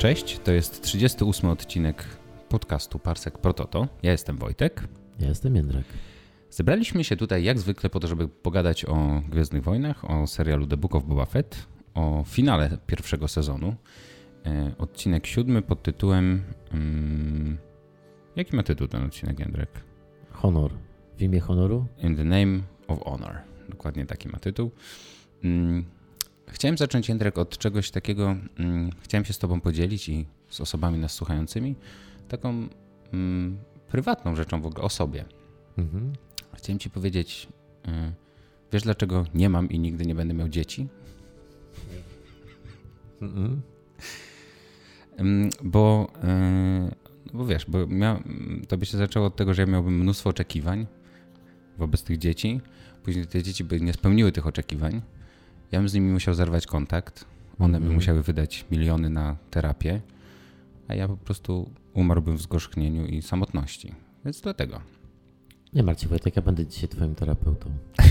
Cześć, to jest 38 odcinek podcastu Parsek Prototo. Ja jestem Wojtek. Ja jestem Jędrek. Zebraliśmy się tutaj jak zwykle po to, żeby pogadać o Gwiezdnych Wojnach, o serialu The Book of Boba Fett, o finale pierwszego sezonu. Odcinek 7 pod tytułem... Jaki ma tytuł ten odcinek, Jędrek? Honor. W imię honoru? In the name of honor. Dokładnie taki ma tytuł. Chciałem zacząć, Jędrek, od czegoś takiego, chciałem się z tobą podzielić i z osobami nas słuchającymi, taką prywatną rzeczą w ogóle o sobie. Mhm. Chciałem ci powiedzieć, wiesz dlaczego nie mam i nigdy nie będę miał dzieci? Mhm. Bo wiesz, to by się zaczęło od tego, że ja miałbym mnóstwo oczekiwań wobec tych dzieci, później te dzieci by nie spełniły tych oczekiwań. Ja bym z nimi musiał zerwać kontakt, one by musiały wydać miliony na terapię, a ja po prostu umarłbym w zgorzknieniu i samotności. Więc dlatego. Nie martw się, Wojtek, ja będę dzisiaj twoim terapeutą.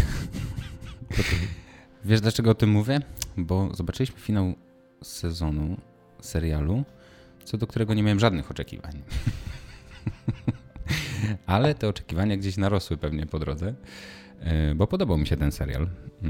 Wiesz dlaczego o tym mówię? Bo zobaczyliśmy finał sezonu serialu, co do którego nie miałem żadnych oczekiwań. Ale te oczekiwania gdzieś narosły pewnie po drodze. Bo podobał mi się ten serial.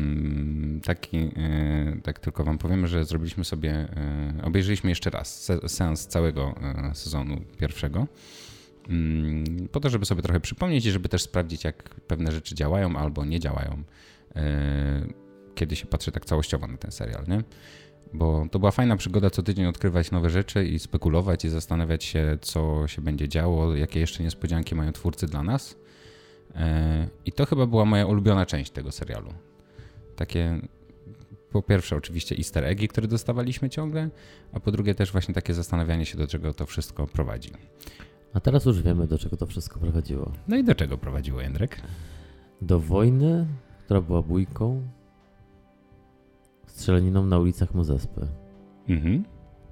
Tak tylko wam powiem, że obejrzeliśmy jeszcze raz seans całego sezonu pierwszego, po to, żeby sobie trochę przypomnieć i żeby też sprawdzić, jak pewne rzeczy działają albo nie działają, kiedy się patrzy tak całościowo na ten serial, nie? Bo to była fajna przygoda co tydzień odkrywać nowe rzeczy i spekulować i zastanawiać się, co się będzie działo, jakie jeszcze niespodzianki mają twórcy dla nas. I to chyba była moja ulubiona część tego serialu. Takie, po pierwsze oczywiście easter eggi, które dostawaliśmy ciągle, a po drugie też właśnie takie zastanawianie się, do czego to wszystko prowadzi. A teraz już wiemy, do czego to wszystko prowadziło. No i do czego prowadziło, Jędrek? Do wojny, która była bójką, strzelaniną na ulicach Mozespy. Mhm.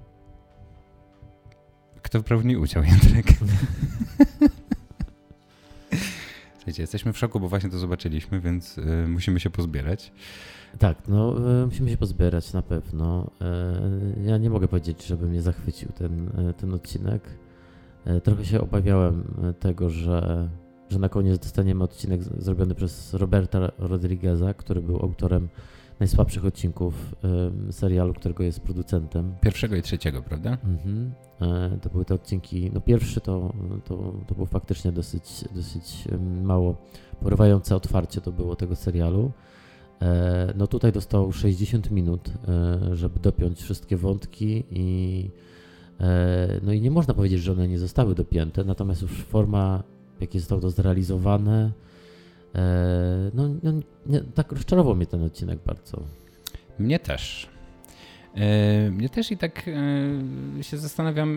Kto w pełni udział, Jędrek? Słuchajcie, jesteśmy w szoku, bo właśnie to zobaczyliśmy, więc musimy się pozbierać. Tak, musimy się pozbierać na pewno. Ja nie mogę powiedzieć, żeby mnie zachwycił ten odcinek. Trochę się obawiałem tego, że na koniec dostaniemy odcinek zrobiony przez Roberta Rodrigueza, który był autorem najsłabszych odcinków serialu, którego jest producentem. Pierwszego i trzeciego, prawda? Mhm. To były te odcinki, pierwszy to było faktycznie dosyć mało porywające otwarcie to było tego serialu. Tutaj dostał 60 minut, żeby dopiąć wszystkie wątki i nie można powiedzieć, że one nie zostały dopięte, natomiast już forma, w jakiej zostało to zrealizowane, tak rozczarował mnie ten odcinek bardzo. Mnie też. I tak się zastanawiam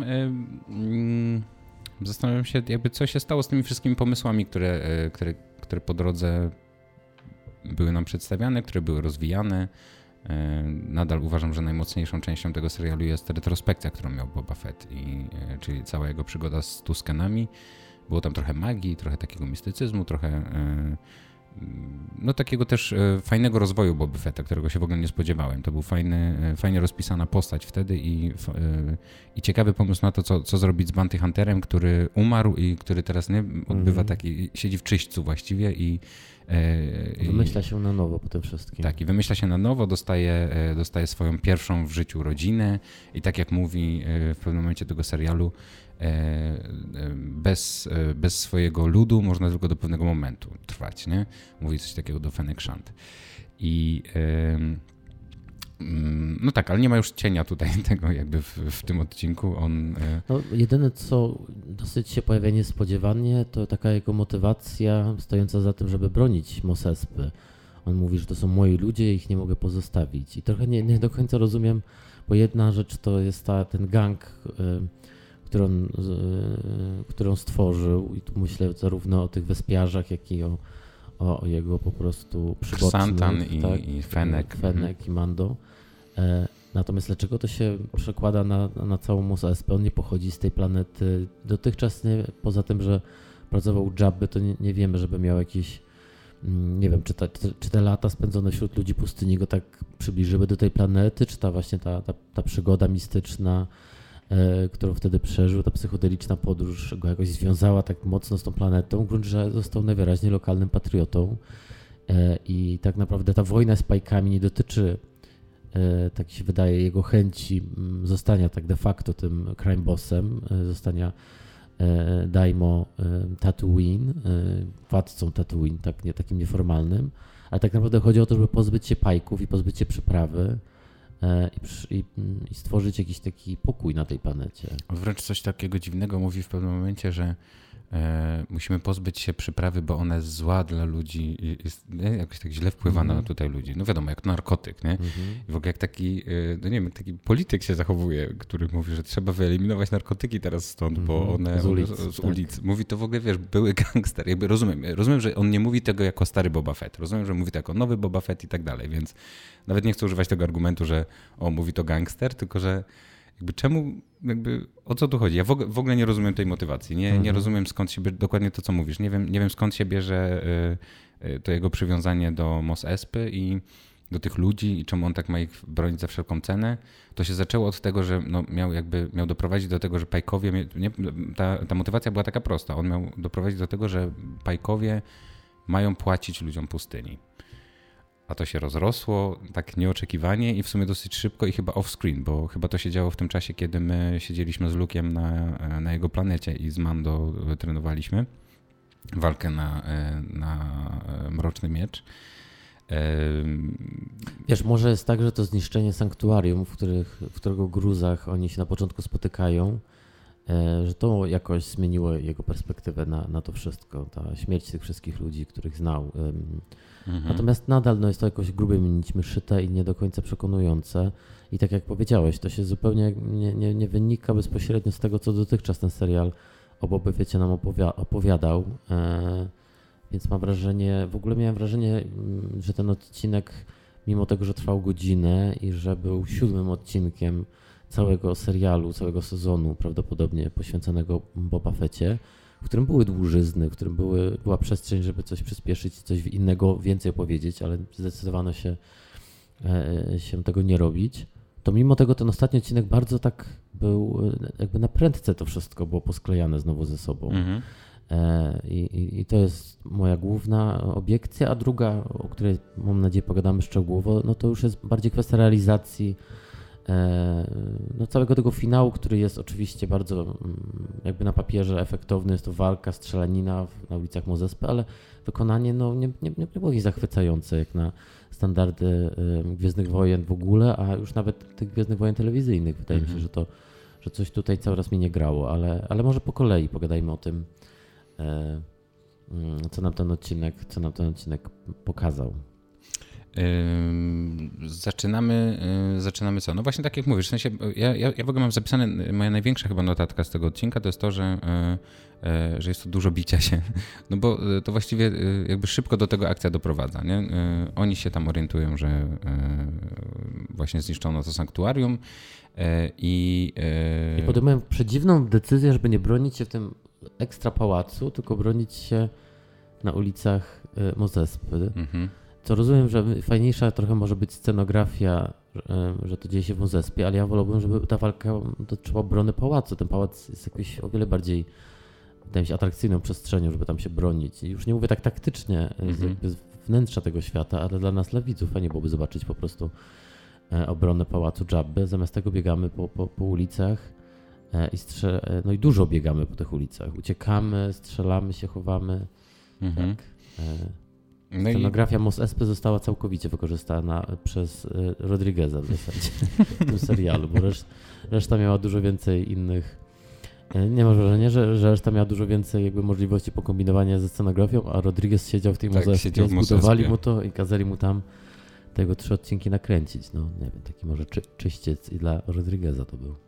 się jakby co się stało z tymi wszystkimi pomysłami, które po drodze były nam przedstawiane, które były rozwijane. Nadal uważam, że najmocniejszą częścią tego serialu jest retrospekcja, którą miał Boba Fett, czyli cała jego przygoda z Tuskenami. Było tam trochę magii, trochę takiego mistycyzmu, trochę takiego też fajnego rozwoju Boba Fetta, którego się w ogóle nie spodziewałem. To był fajnie rozpisana postać wtedy i ciekawy pomysł na to, co zrobić z Bounty Hunterem, który umarł i który teraz nie odbywa siedzi w czyśćcu właściwie i wymyśla się na nowo po tym wszystkim. Tak, i wymyśla się na nowo, dostaje swoją pierwszą w życiu rodzinę i tak jak mówi w pewnym momencie tego serialu, bez swojego ludu można tylko do pewnego momentu trwać, nie? Mówi coś takiego do Fennec Shand. I ale nie ma już cienia tutaj tego jakby w tym odcinku. Jedyne co dosyć się pojawia niespodziewanie, to taka jego motywacja stojąca za tym, żeby bronić Mos Espy. On mówi, że to są moi ludzie, ich nie mogę pozostawić. I trochę nie do końca rozumiem, bo jedna rzecz to jest ten gang, którą stworzył i tu myślę zarówno o tych wyspiarzach, jak i o jego po prostu przybocznych. Xantan i Fennec. Fennec i Mando. Natomiast dlaczego to się przekłada na całą Mos Espę? On nie pochodzi z tej planety. Dotychczas poza tym, że pracował Jabby, to nie wiemy, żeby miał jakieś, nie wiem, czy te lata spędzone wśród ludzi pustyni go tak przybliżyły do tej planety, czy ta właśnie ta przygoda mistyczna którą wtedy przeżył, ta psychodeliczna podróż go jakoś związała tak mocno z tą planetą, w gruncie, że został najwyraźniej lokalnym patriotą i tak naprawdę ta wojna z Pajkami nie dotyczy, tak się wydaje, jego chęci zostania tak de facto tym crime bossem, zostania Daimo Tatooine, władcą Tatooine, takim nieformalnym, ale tak naprawdę chodzi o to, żeby pozbyć się Pajków i pozbyć się przyprawy i stworzyć jakiś taki pokój na tej planecie. Wręcz coś takiego dziwnego mówi w pewnym momencie, że musimy pozbyć się przyprawy, bo ona jest zła dla ludzi i jest jakoś tak źle wpływa na tutaj ludzi. No wiadomo, jak narkotyk, nie? I w ogóle jak taki, no nie wiem, jak taki polityk się zachowuje, który mówi, że trzeba wyeliminować narkotyki teraz stąd, bo one z ulic. Mówi to w ogóle, wiesz, były gangster. Jakby rozumiem, że on nie mówi tego jako stary Boba Fett. Rozumiem, że mówi to jako nowy Boba Fett i tak dalej, więc nawet nie chcę używać tego argumentu, że mówi to gangster, tylko że o co tu chodzi? Ja w ogóle nie rozumiem tej motywacji. Nie rozumiem, skąd się bierze, dokładnie to, co mówisz. Nie wiem skąd się bierze to jego przywiązanie do Mos Espy i do tych ludzi i czemu on tak ma ich bronić za wszelką cenę. To się zaczęło od tego, że miał doprowadzić do tego, że Pajkowie... Ta motywacja była taka prosta. On miał doprowadzić do tego, że Pajkowie mają płacić ludziom pustyni. A to się rozrosło tak nieoczekiwanie i w sumie dosyć szybko i chyba off-screen, bo chyba to się działo w tym czasie, kiedy my siedzieliśmy z Luke'em na jego planecie i z Mando trenowaliśmy walkę na Mroczny Miecz. Wiesz, może jest tak, że to zniszczenie sanktuarium, w którego gruzach oni się na początku spotykają, że to jakoś zmieniło jego perspektywę na to wszystko, ta śmierć tych wszystkich ludzi, których znał. Natomiast nadal jest to jakoś grubymi nićmi szyte i nie do końca przekonujące. I tak jak powiedziałeś, to się zupełnie nie wynika bezpośrednio z tego, co dotychczas ten serial o Bobie Fetcie nam opowiadał. Więc miałem wrażenie, że ten odcinek, mimo tego, że trwał godzinę i że był 7. odcinkiem całego serialu, całego sezonu prawdopodobnie poświęconego Boba Fetcie, w którym były dłużyzny, w którym była przestrzeń, żeby coś przyspieszyć, coś innego, więcej opowiedzieć, ale zdecydowano się tego nie robić. To mimo tego ten ostatni odcinek bardzo tak był, jakby na prędce to wszystko było posklejane znowu ze sobą. I to jest moja główna obiekcja, a druga, o której mam nadzieję pogadamy szczegółowo, no to już jest bardziej kwestia realizacji całego tego finału, który jest oczywiście bardzo jakby na papierze efektowny. Jest to walka, strzelanina na ulicach Mos Espy, ale wykonanie nie było jej zachwycające jak na standardy Gwiezdnych Wojen w ogóle, a już nawet tych Gwiezdnych Wojen telewizyjnych. Wydaje mi się, że coś tutaj cały raz mi nie grało, ale może po kolei pogadajmy o tym, co nam ten odcinek pokazał. Zaczynamy co? No właśnie tak jak mówisz, w sensie ja w ogóle mam zapisane, moja największa chyba notatka z tego odcinka to jest to, że jest tu dużo bicia się, no bo to właściwie jakby szybko do tego akcja doprowadza, nie? Oni się tam orientują, że właśnie zniszczono to sanktuarium i podejmują przedziwną decyzję, żeby nie bronić się w tym ekstra pałacu, tylko bronić się na ulicach Mos Espy. Co rozumiem, że fajniejsza trochę może być scenografia, że to dzieje się w Mos Espie, ale ja wolałbym, żeby ta walka dotyczyła obrony pałacu. Ten pałac jest jakoś o wiele bardziej, wydaje mi się, atrakcyjną przestrzenią, żeby tam się bronić. I już nie mówię tak taktycznie z wnętrza tego świata, ale dla nas, dla widzów, fajnie byłoby zobaczyć po prostu obronę pałacu Jabby. Zamiast tego biegamy po ulicach i dużo biegamy po tych ulicach. Uciekamy, strzelamy się, chowamy. Tak. Scenografia Mos Espy została całkowicie wykorzystana przez Rodrigueza w zasadzie w tym serialu, bo reszta miała dużo więcej innych. Nie mam wrażenia, że reszta miała dużo więcej jakby możliwości pokombinowania ze scenografią, a Rodriguez siedział w tej Mos Espie, zbudowali mu to i kazali mu tam tego 3 odcinki nakręcić. No nie wiem, taki może czyściec i dla Rodrigueza to był.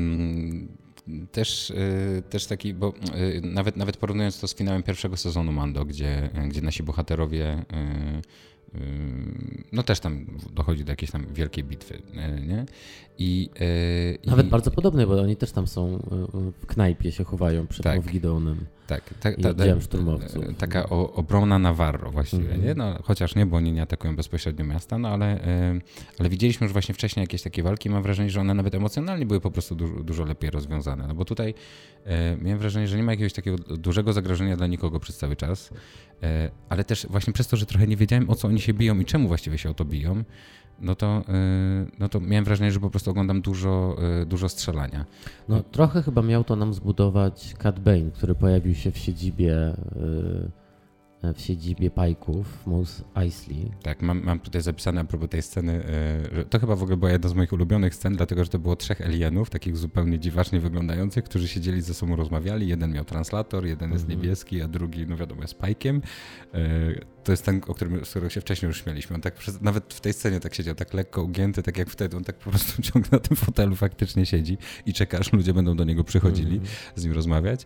Też taki, bo nawet porównując to z finałem pierwszego sezonu Mando, gdzie nasi bohaterowie No też tam dochodzi do jakiejś tam wielkiej bitwy, nie? Nawet bardzo podobne, bo oni też tam są w knajpie, się chowają przed Moff Gideonem. Tak, i oddziałem szturmowców. Taka obrona Navarro właściwie, nie? No, chociaż nie, bo oni nie atakują bezpośrednio miasta, no ale widzieliśmy już właśnie wcześniej jakieś takie walki. Mam wrażenie, że one nawet emocjonalnie były po prostu dużo lepiej rozwiązane. No bo tutaj miałem wrażenie, że nie ma jakiegoś takiego dużego zagrożenia dla nikogo przez cały czas, ale też właśnie przez to, że trochę nie wiedziałem, o co oni się biją i czemu właściwie się o to biją, no to miałem wrażenie, że po prostu oglądam dużo strzelania. No trochę chyba miał to nam zbudować Cad Bane, który pojawił się w siedzibie Pike'ów w Mos Eisley. Tak, mam tutaj zapisane a propos tej sceny, że to chyba w ogóle była jedna z moich ulubionych scen, dlatego że to było 3 alienów, takich zupełnie dziwacznie wyglądających, którzy siedzieli ze sobą, rozmawiali. Jeden miał translator, jeden jest niebieski, a drugi, no wiadomo, jest Pike'iem. To jest ten, z którego się wcześniej już śmialiśmy. On tak nawet w tej scenie tak siedział, tak lekko ugięty, tak jak wtedy. On tak po prostu ciągle na tym fotelu faktycznie siedzi i czeka, aż ludzie będą do niego przychodzili z nim rozmawiać.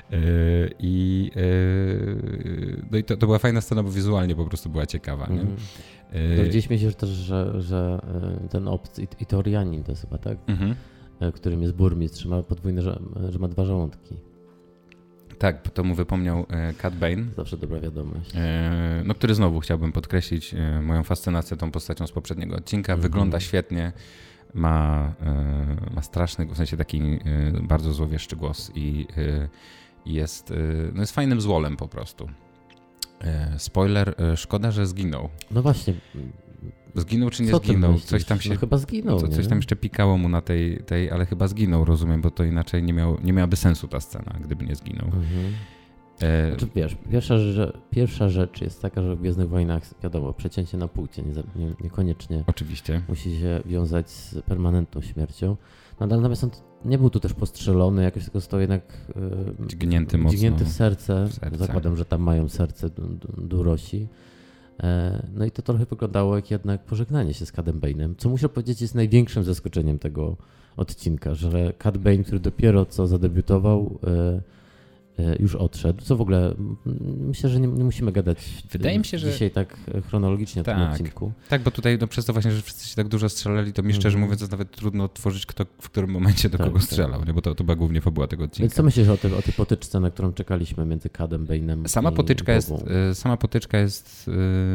No i to była fajna scena, bo wizualnie po prostu była ciekawa. Nie? Dowiedzieliśmy się też, że ten obcy Itorianin to jest chyba, tak? Którym jest burmistrz, ma podwójne, że ma 2 żołądki. Tak, to mu wypomniał Cad Bane. Zawsze dobra wiadomość. No, który znowu chciałbym podkreślić moją fascynację tą postacią z poprzedniego odcinka. Wygląda świetnie, ma straszny, w sensie taki bardzo złowieszczy głos i jest fajnym złolem po prostu. Spoiler, szkoda, że zginął. No właśnie. Zginął czy nie zginął? Coś tam się... No chyba zginął, coś tam jeszcze pikało mu na tej, ale chyba zginął, rozumiem, bo to inaczej nie miałaby sensu ta scena, gdyby nie zginął. Znaczy, wiesz, pierwsza rzecz jest taka, że w Gwiezdnych Wojnach, wiadomo, przecięcie na płcie niekoniecznie oczywiście musi się wiązać z permanentną śmiercią. Natomiast on nie był tu też postrzelony, jakoś tylko został jednak dźgnięty w serce. Zakładam, że tam mają serce Durosi. No i to trochę wyglądało jak jednak pożegnanie się z Cadem Bane'em, co muszę powiedzieć jest największym zaskoczeniem tego odcinka, że Cad Bane, który dopiero co zadebiutował, już odszedł, co w ogóle myślę, że nie musimy gadać Wydaje mi się, że dzisiaj tak chronologicznie o tym odcinku. Tak, bo tutaj przez to właśnie, że wszyscy się tak dużo strzelali, to mi szczerze mówiąc jest nawet trudno odtworzyć, kto w którym momencie do kogo strzelał, nie? Bo to była głównie fabuła tego odcinka. Więc co myślisz o tej potyczce, na którą czekaliśmy między Cadem Bane'em Sama potyczka jest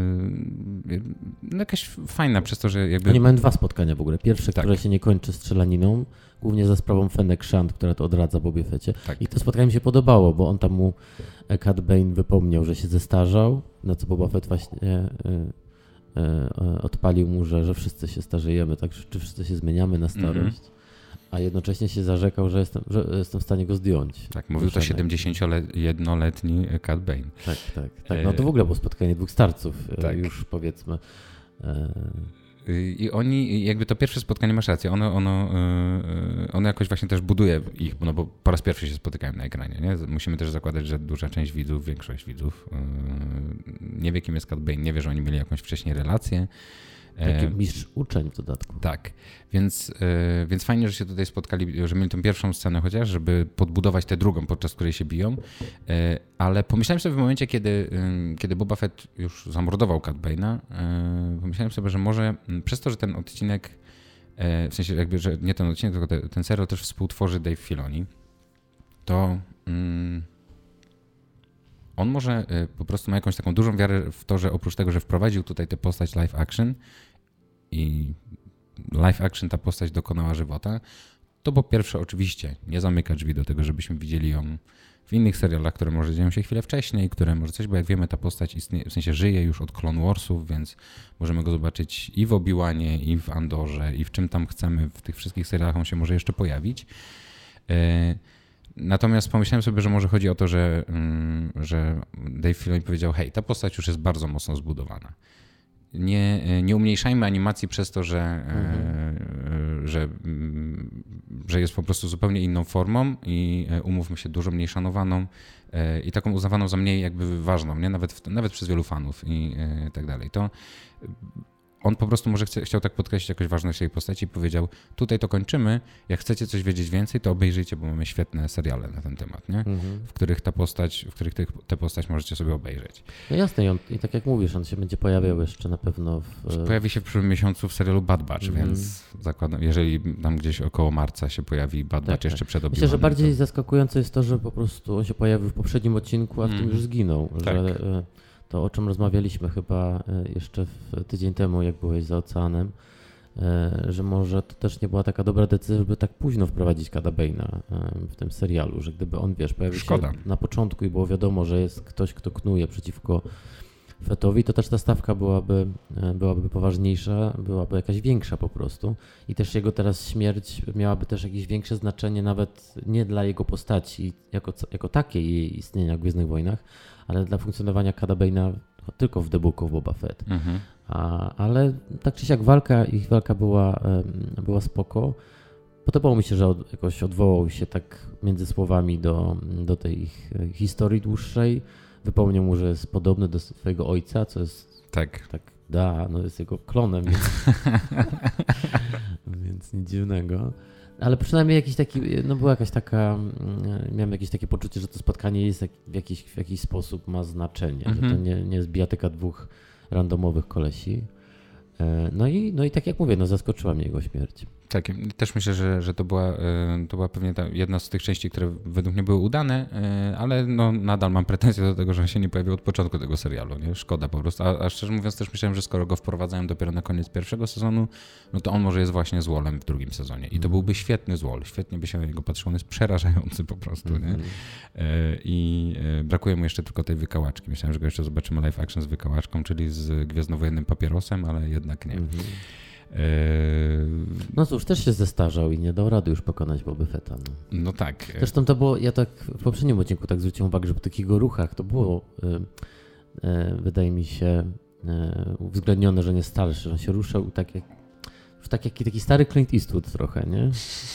jakaś fajna przez to, że jakby... Oni mają 2 spotkania w ogóle. Pierwsze, które się nie kończy strzelaniną, głównie za sprawą Fennec Shand, która to odradza Bobie Fecie. Tak. I to spotkanie mi się podobało, bo on tam mu, Cad Bane wypomniał, że się zestarzał, na co Boba Fett właśnie odpalił mu, że wszyscy się starzejemy, tak? Czy wszyscy się zmieniamy na starość, a jednocześnie się zarzekał, że jestem w stanie go zdjąć. Tak, mówił to 71-letni Cad Bane. Tak. No to w ogóle było spotkanie 2 starców, już powiedzmy. I oni, jakby to pierwsze spotkanie, masz rację, ono jakoś właśnie też buduje ich, no bo po raz pierwszy się spotykają na ekranie, nie? Musimy też zakładać, że duża część widzów, większość widzów nie wie, kim jest Cad Bane, nie wie, że oni mieli jakąś wcześniej relację. Taki mistrz uczeń w dodatku. Tak, więc fajnie, że się tutaj spotkali, że mieli tą pierwszą scenę chociaż, żeby podbudować tę drugą, podczas której się biją, ale pomyślałem sobie w momencie, kiedy Boba Fett już zamordował Cad Bane'a, pomyślałem sobie, że może przez to, że ten odcinek, w sensie jakby, że nie ten odcinek, tylko ten serial też współtworzy Dave Filoni, to on może po prostu ma jakąś taką dużą wiarę w to, że oprócz tego, że wprowadził tutaj tę postać live action i live action ta postać dokonała żywota, to po pierwsze oczywiście nie zamyka drzwi do tego, żebyśmy widzieli ją w innych serialach, które może dzieją się chwilę wcześniej, które może coś, bo jak wiemy ta postać istnieje, w sensie żyje już od Clone Warsów, więc możemy go zobaczyć i w Obi-Wanie, i w Andorze, i w czym tam chcemy, w tych wszystkich serialach on się może jeszcze pojawić. Natomiast pomyślałem sobie, że może chodzi o to, że Dave Filoni powiedział, hej, ta postać już jest bardzo mocno zbudowana. Nie umniejszajmy animacji przez to, że jest po prostu zupełnie inną formą i umówmy się, dużo mniej szanowaną i taką uznawaną za mniej jakby ważną, nie? Nawet przez wielu fanów i tak dalej. To on po prostu może chciał tak podkreślić jakoś ważność tej postaci i powiedział, tutaj to kończymy, jak chcecie coś wiedzieć więcej, to obejrzyjcie, bo mamy świetne seriale na ten temat, nie? W których tę postać możecie sobie obejrzeć. No jasne, i tak jak mówisz, on się będzie pojawiał jeszcze na pewno Pojawi się w przyszłym miesiącu w serialu Bad Batch, więc zakładam, jeżeli tam gdzieś około marca się pojawi Bad Batch jeszcze przed Obi-Wanem. Myślę, że bardziej zaskakujące jest to, że po prostu on się pojawił w poprzednim odcinku, a w tym już zginął. Tak. Że to, o czym rozmawialiśmy chyba jeszcze tydzień temu, jak byłeś za oceanem, że może to też nie była taka dobra decyzja, żeby tak późno wprowadzić Cada Bane'a w tym serialu, że gdyby on, pojawił się na początku i było wiadomo, że jest ktoś, kto knuje przeciwko Fettowi, to też ta stawka byłaby poważniejsza, byłaby jakaś większa po prostu i też jego teraz śmierć miałaby też jakieś większe znaczenie nawet nie dla jego postaci jako takiej jej istnienia w Gwiezdnych Wojnach, ale dla funkcjonowania Cada Bane'a tylko w The Book of Boba Fett. Ale tak czy siak ich walka była spoko. Podobało mi się, że jakoś odwołał się tak między słowami do tej ich historii dłuższej. Wypomniał mu, że jest podobny do swojego ojca, co jest jest jego klonem, więc nic dziwnego. Ale przynajmniej jakiś taki, była jakaś taka, miałem jakieś takie poczucie, że to spotkanie jest w jakiś sposób ma znaczenie, że to nie jest bijatyka dwóch randomowych kolesi. No i tak jak mówię, zaskoczyła mnie jego śmierć. Tak, też myślę, że to była pewnie jedna z tych części, które według mnie były udane, ale nadal mam pretensje do tego, że on się nie pojawił od początku tego serialu, nie? Szkoda po prostu, a szczerze mówiąc też myślałem, że skoro go wprowadzają dopiero na koniec pierwszego sezonu, to on może jest właśnie złolem w drugim sezonie i to byłby świetny złol, świetnie by się na niego patrzyło, on jest przerażający po prostu, nie? I brakuje mu jeszcze tylko tej wykałaczki, myślałem, że go jeszcze zobaczymy live action z wykałaczką, czyli z gwiezdnowojennym papierosem, ale jednak nie. No cóż, też się zestarzał i nie dał rady już pokonać Boba Fetta. No tak. Zresztą to było, ja tak w poprzednim odcinku tak zwróciłem uwagę, że po takich jego ruchach to było, wydaje mi się, uwzględnione, że nie starszy, że on się ruszał tak jak taki stary Clint Eastwood trochę, nie?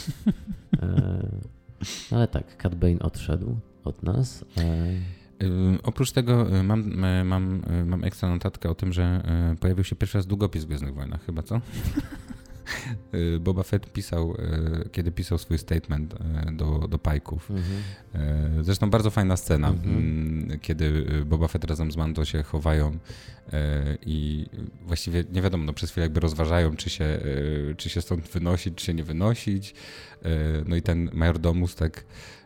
Ale tak, Cad Bane odszedł od nas. Oprócz tego mam ekstra notatkę o tym, że pojawił się pierwszy raz długopis w Gwiezdnych Wojnach, chyba co? Boba Fett kiedy pisał swój statement do Pike'ów. Zresztą bardzo fajna scena, kiedy Boba Fett razem z Mando się chowają i właściwie nie wiadomo, przez chwilę jakby rozważają, czy się stąd wynosić, czy się nie wynosić. No i ten majordomus tak...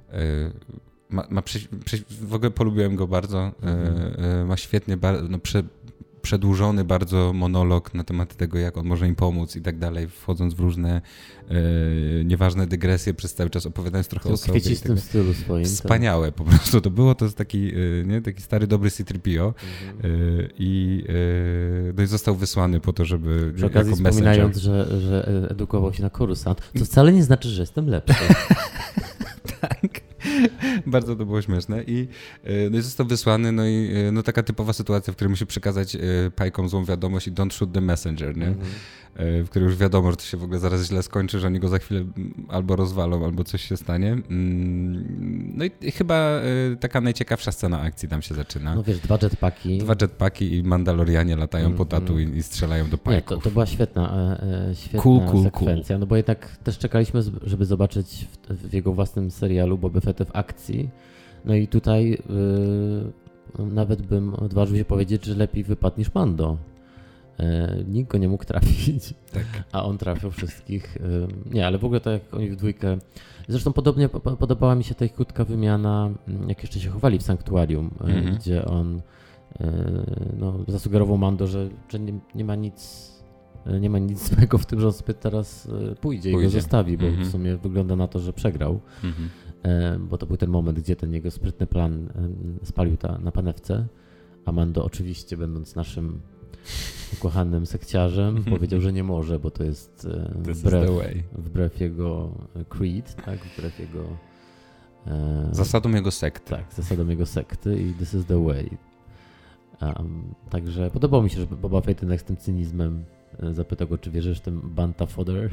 w ogóle polubiłem go bardzo. Ma świetnie, przedłużony bardzo monolog na temat tego, jak on może im pomóc i tak dalej, wchodząc w różne nieważne dygresje przez cały czas, opowiadając trochę o sobie. W kwiecistym stylu swoim. Wspaniałe po prostu to było. To jest taki stary, dobry C-3PO i został wysłany po to, żeby przy okazji jako wspominając, że edukował się na Coruscant, co wcale nie znaczy, że jestem lepszy. Tak. Bardzo to było śmieszne i został wysłany, i taka typowa sytuacja, w której musi przekazać Pike'om złą wiadomość i don't shoot the messenger, nie? W której już wiadomo, że to się w ogóle zaraz źle skończy, że oni go za chwilę albo rozwalą, albo coś się stanie. No i chyba taka najciekawsza scena akcji tam się zaczyna. No wiesz, dwa jetpacki i Mandalorianie latają po tatu i strzelają do Pike'ów. Nie, to była świetna sekwencja, no bo jednak też czekaliśmy, żeby zobaczyć w jego własnym serialu Boba Fett w akcji. No i tutaj nawet bym odważył się powiedzieć, że lepiej wypadł niż Mando. Nikt go nie mógł trafić, tak. A on trafił wszystkich. Nie, ale w ogóle to jak oni w dwójkę... Zresztą podobała mi się ta ich krótka wymiana, jak jeszcze się chowali w sanktuarium, gdzie on zasugerował Mando, że nie ma nic złego w tym, że on sobie teraz pójdzie i go zostawi, bo w sumie wygląda na to, że przegrał. Bo to był ten moment, gdzie ten jego sprytny plan spalił na panewce, a Mando oczywiście, będąc naszym ukochanym sekciarzem, powiedział, że nie może, bo to jest wbrew jego creed, tak? Wbrew jego... zasadom jego sekty. Tak, zasadom jego sekty i this is the way. Także podobało mi się, że Boba Fett jednak z tym cynizmem zapytał go, czy wierzysz w ten Banta fodder.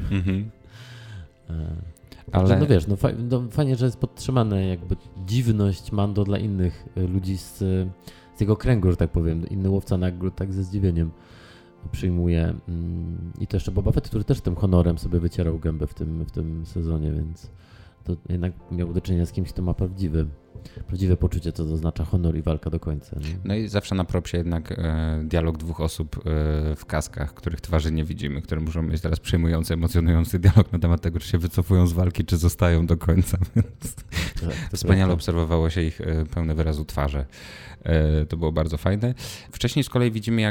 Ale no wiesz, fajnie, że jest podtrzymane jakby dziwność Mando dla innych ludzi z jego kręgu, że tak powiem. Inny łowca nagród, tak ze zdziwieniem przyjmuje. I to jeszcze Boba Fett, który też tym honorem sobie wycierał gębę w tym sezonie, więc to jednak miał do czynienia z kimś, kto ma prawdziwe poczucie, co to oznacza honor i walka do końca. Nie? No i zawsze na propsie jednak dialog dwóch osób w kaskach, których twarzy nie widzimy, które muszą mieć teraz przejmujący, emocjonujący dialog na temat tego, czy się wycofują z walki, czy zostają do końca. Więc wspaniale obserwowało się ich pełne wyrazu twarze. To było bardzo fajne. Wcześniej z kolei widzimy,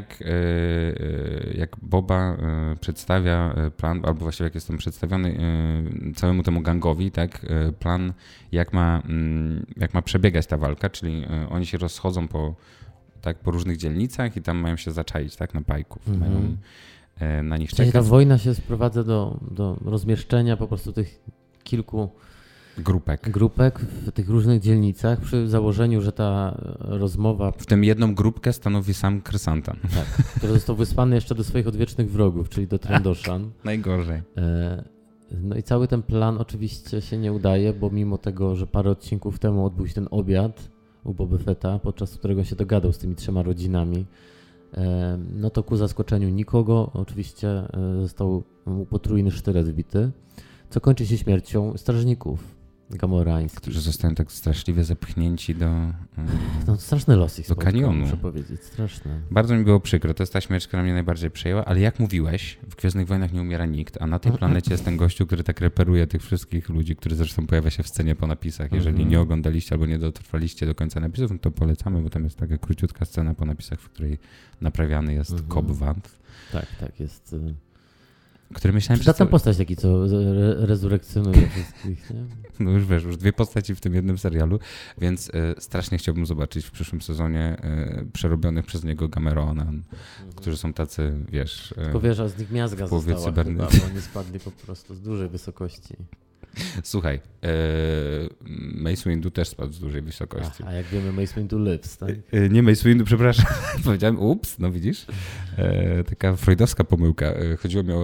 jak Boba przedstawia plan, albo właściwie jak jest tam przedstawiony całemu temu gangowi, tak, plan, jak ma przebiegać ta walka, czyli oni się rozchodzą po różnych dzielnicach i tam mają się zaczaić, tak, na pajków. Mają na nich czekać. Ta wojna się sprowadza do rozmieszczenia po prostu tych kilku grupek w tych różnych dzielnicach przy założeniu, że ta rozmowa... W tym jedną grupkę stanowi sam Krysantan. Tak, który został wysłany jeszcze do swoich odwiecznych wrogów, czyli do Trandoshan. Najgorzej. No i cały ten plan oczywiście się nie udaje, bo mimo tego, że parę odcinków temu odbył się ten obiad u Boby Fetta, podczas którego się dogadał z tymi 3 rodzinami, no to ku zaskoczeniu nikogo oczywiście został mu potrójny sztylet wbity, co kończy się śmiercią strażników gamorańskich. Którzy zostają tak straszliwie zepchnięci do... No straszny los ich do kanionu. Muszę powiedzieć, straszne. Bardzo mi było przykro, to jest ta śmierć, która mnie najbardziej przejęła, ale jak mówiłeś, w Gwiezdnych Wojnach nie umiera nikt, a na tej planecie jest ten gościu, który tak reperuje tych wszystkich ludzi, który zresztą pojawia się w scenie po napisach. Jeżeli nie oglądaliście albo nie dotrwaliście do końca napisów, no to polecamy, bo tam jest taka króciutka scena po napisach, w której naprawiany jest Cobb Vanth. Tak, jest... Który myślałem, przydatna postać taki, co rezurekcjonuje wszystkich, nie? No już wiesz, już 2 postaci w tym jednym serialu, więc strasznie chciałbym zobaczyć w przyszłym sezonie przerobionych przez niego Gameronan, którzy są tacy, wiesz... Tylko wiesz, a z nich miazga została chyba, bo oni spadli po prostu z dużej wysokości. Słuchaj, Mace Windu też spadł z dużej wysokości. A jak wiemy, Mace Windu lives, tak? Nie Mace Windu, przepraszam. Powiedziałem, ups, no widzisz? Taka freudowska pomyłka. Chodziło mi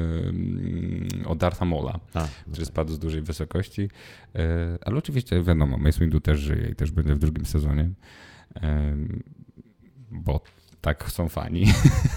o Dartha Maula, który spadł z dużej wysokości. Ale oczywiście wiadomo, Mace Windu też żyje i też będzie w drugim sezonie. Bo tak chcą fani.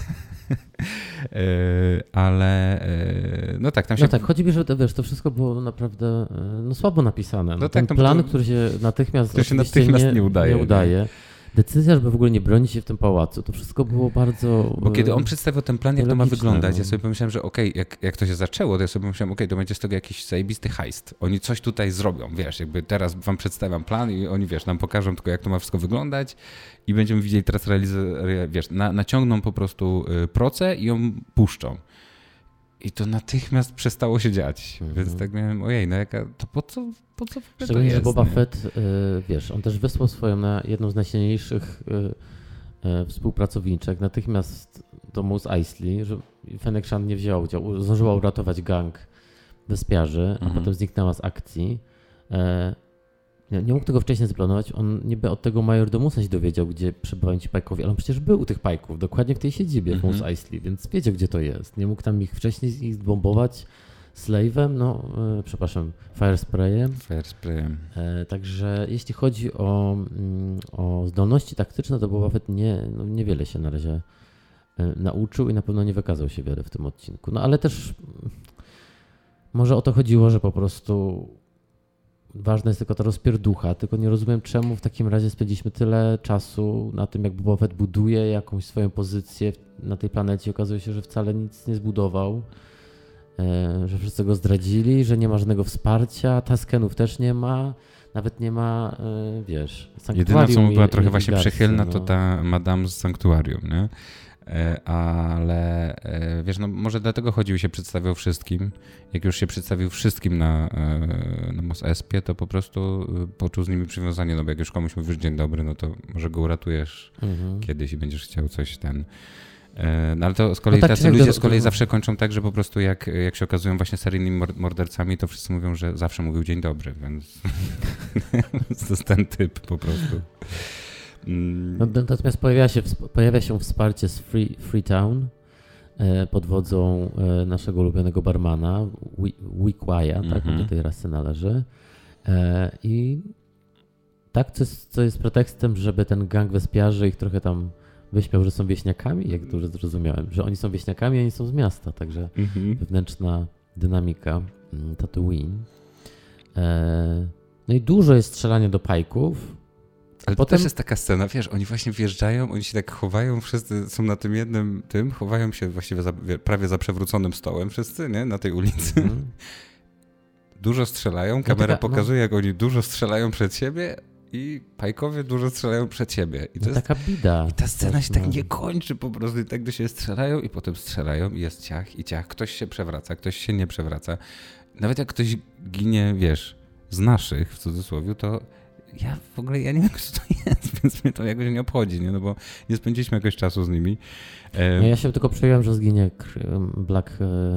Ale no tak, tam się... No tak, chodzi mi, że to wszystko było naprawdę słabo napisane. No ten tak, plan, który się natychmiast nie udaje. Decyzja, żeby w ogóle nie bronić się w tym pałacu, to wszystko było bardzo... Bo kiedy on przedstawił ten plan, jak to ma wyglądać, ja sobie pomyślałem, że jak to się zaczęło, to ja sobie pomyślałem, to będzie z tego jakiś zajebisty heist. Oni coś tutaj zrobią, wiesz, jakby teraz wam przedstawiam plan i oni, wiesz, nam pokażą tylko, jak to ma wszystko wyglądać i będziemy widzieli teraz wiesz, naciągną po prostu procę i ją puszczą. I to natychmiast przestało się dziać. Więc tak miałem, ojej, no to po co szczególnie, że Boba Fett, wiesz, on też wysłał swoją jedną z najsilniejszych współpracowniczek natychmiast do Mos Eisley, że Fennec Shand nie wzięła udziału, zdążyła uratować gang wyspiarzy, a potem zniknęła z akcji. Nie mógł tego wcześniej zaplanować. On niby od tego majordomusa się dowiedział, gdzie przebywają ci pajkowie, ale on przecież był u tych pajków, dokładnie w tej siedzibie w Mos Eisley, więc wiedział, gdzie to jest. Nie mógł tam ich wcześniej zbombować slave'em, firesprayem. Także jeśli chodzi o zdolności taktyczne, to Boba Fett niewiele się na razie nauczył i na pewno nie wykazał się wiele w tym odcinku. No ale też może o to chodziło, że po prostu ważna jest tylko ta rozpierducha, tylko nie rozumiem, czemu w takim razie spędziliśmy tyle czasu na tym, jak Boba Fett buduje jakąś swoją pozycję na tej planecie. Okazuje się, że wcale nic nie zbudował, że wszyscy go zdradzili, że nie ma żadnego wsparcia, Taskenów też nie ma, nawet nie ma, wiesz, sanktuarium. Jedyna, co mu była trochę właśnie przychylna, to ta Madame z sanktuarium, nie? Ale wiesz, no może dlatego chodził i się przedstawiał wszystkim. Jak już się przedstawił wszystkim na Mos Espie, to po prostu poczuł z nimi przywiązanie, no bo jak już komuś mówisz dzień dobry, no to może go uratujesz kiedyś i będziesz chciał coś no ale to z kolei tacy ludzie z kolei zawsze kończą tak, że po prostu jak się okazują właśnie seryjnymi mordercami, to wszyscy mówią, że zawsze mówił dzień dobry, więc to jest ten typ po prostu. No, natomiast pojawia się wsparcie z Freetown pod wodzą naszego ulubionego barmana, Wikwaya, tak, on do tej rasy należy. I tak, co jest pretekstem, żeby ten gang wyspiarzy ich trochę tam wyśmiał, że są wieśniakami, jak dobrze zrozumiałem, że oni są wieśniakami, a oni są z miasta, także wewnętrzna dynamika Tatooine. No i dużo jest strzelania do pajków. Ale potem... to też jest taka scena, wiesz, oni właśnie wjeżdżają, oni się tak chowają, wszyscy są na tym jednym chowają się właściwie prawie za przewróconym stołem wszyscy, nie? Na tej ulicy. Dużo strzelają, kamera pokazuje, jak oni dużo strzelają przed siebie i pajkowie dużo strzelają przed siebie. I to jest taka bida. I ta scena się tak nie kończy po prostu i tak do siebie strzelają i potem strzelają i jest ciach i ciach. Ktoś się przewraca, ktoś się nie przewraca. Nawet jak ktoś ginie, wiesz, z naszych, w cudzysłowie, to ja w ogóle nie wiem, kto to jest, więc mnie to jakoś nie obchodzi, nie? No bo nie spędziliśmy jakoś czasu z nimi. Ja się tylko przejąłem, że zginie Black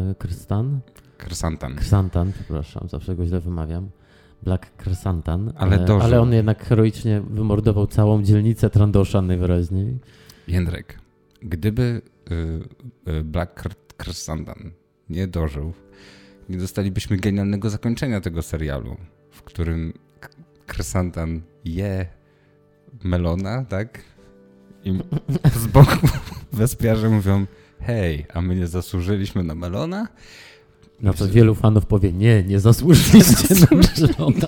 Krrsantan, przepraszam, zawsze go źle wymawiam. Black Krrsantan, ale on jednak heroicznie wymordował całą dzielnicę Trandosha najwyraźniej. Jędrek, gdyby Black Krrsantan nie dożył, nie dostalibyśmy genialnego zakończenia tego serialu, w którym Krrsantan je melona, tak? I z boku wyspiarze mówią, hej, a my nie zasłużyliśmy na melona? No to wielu fanów powie, nie zasłużyliście na melona.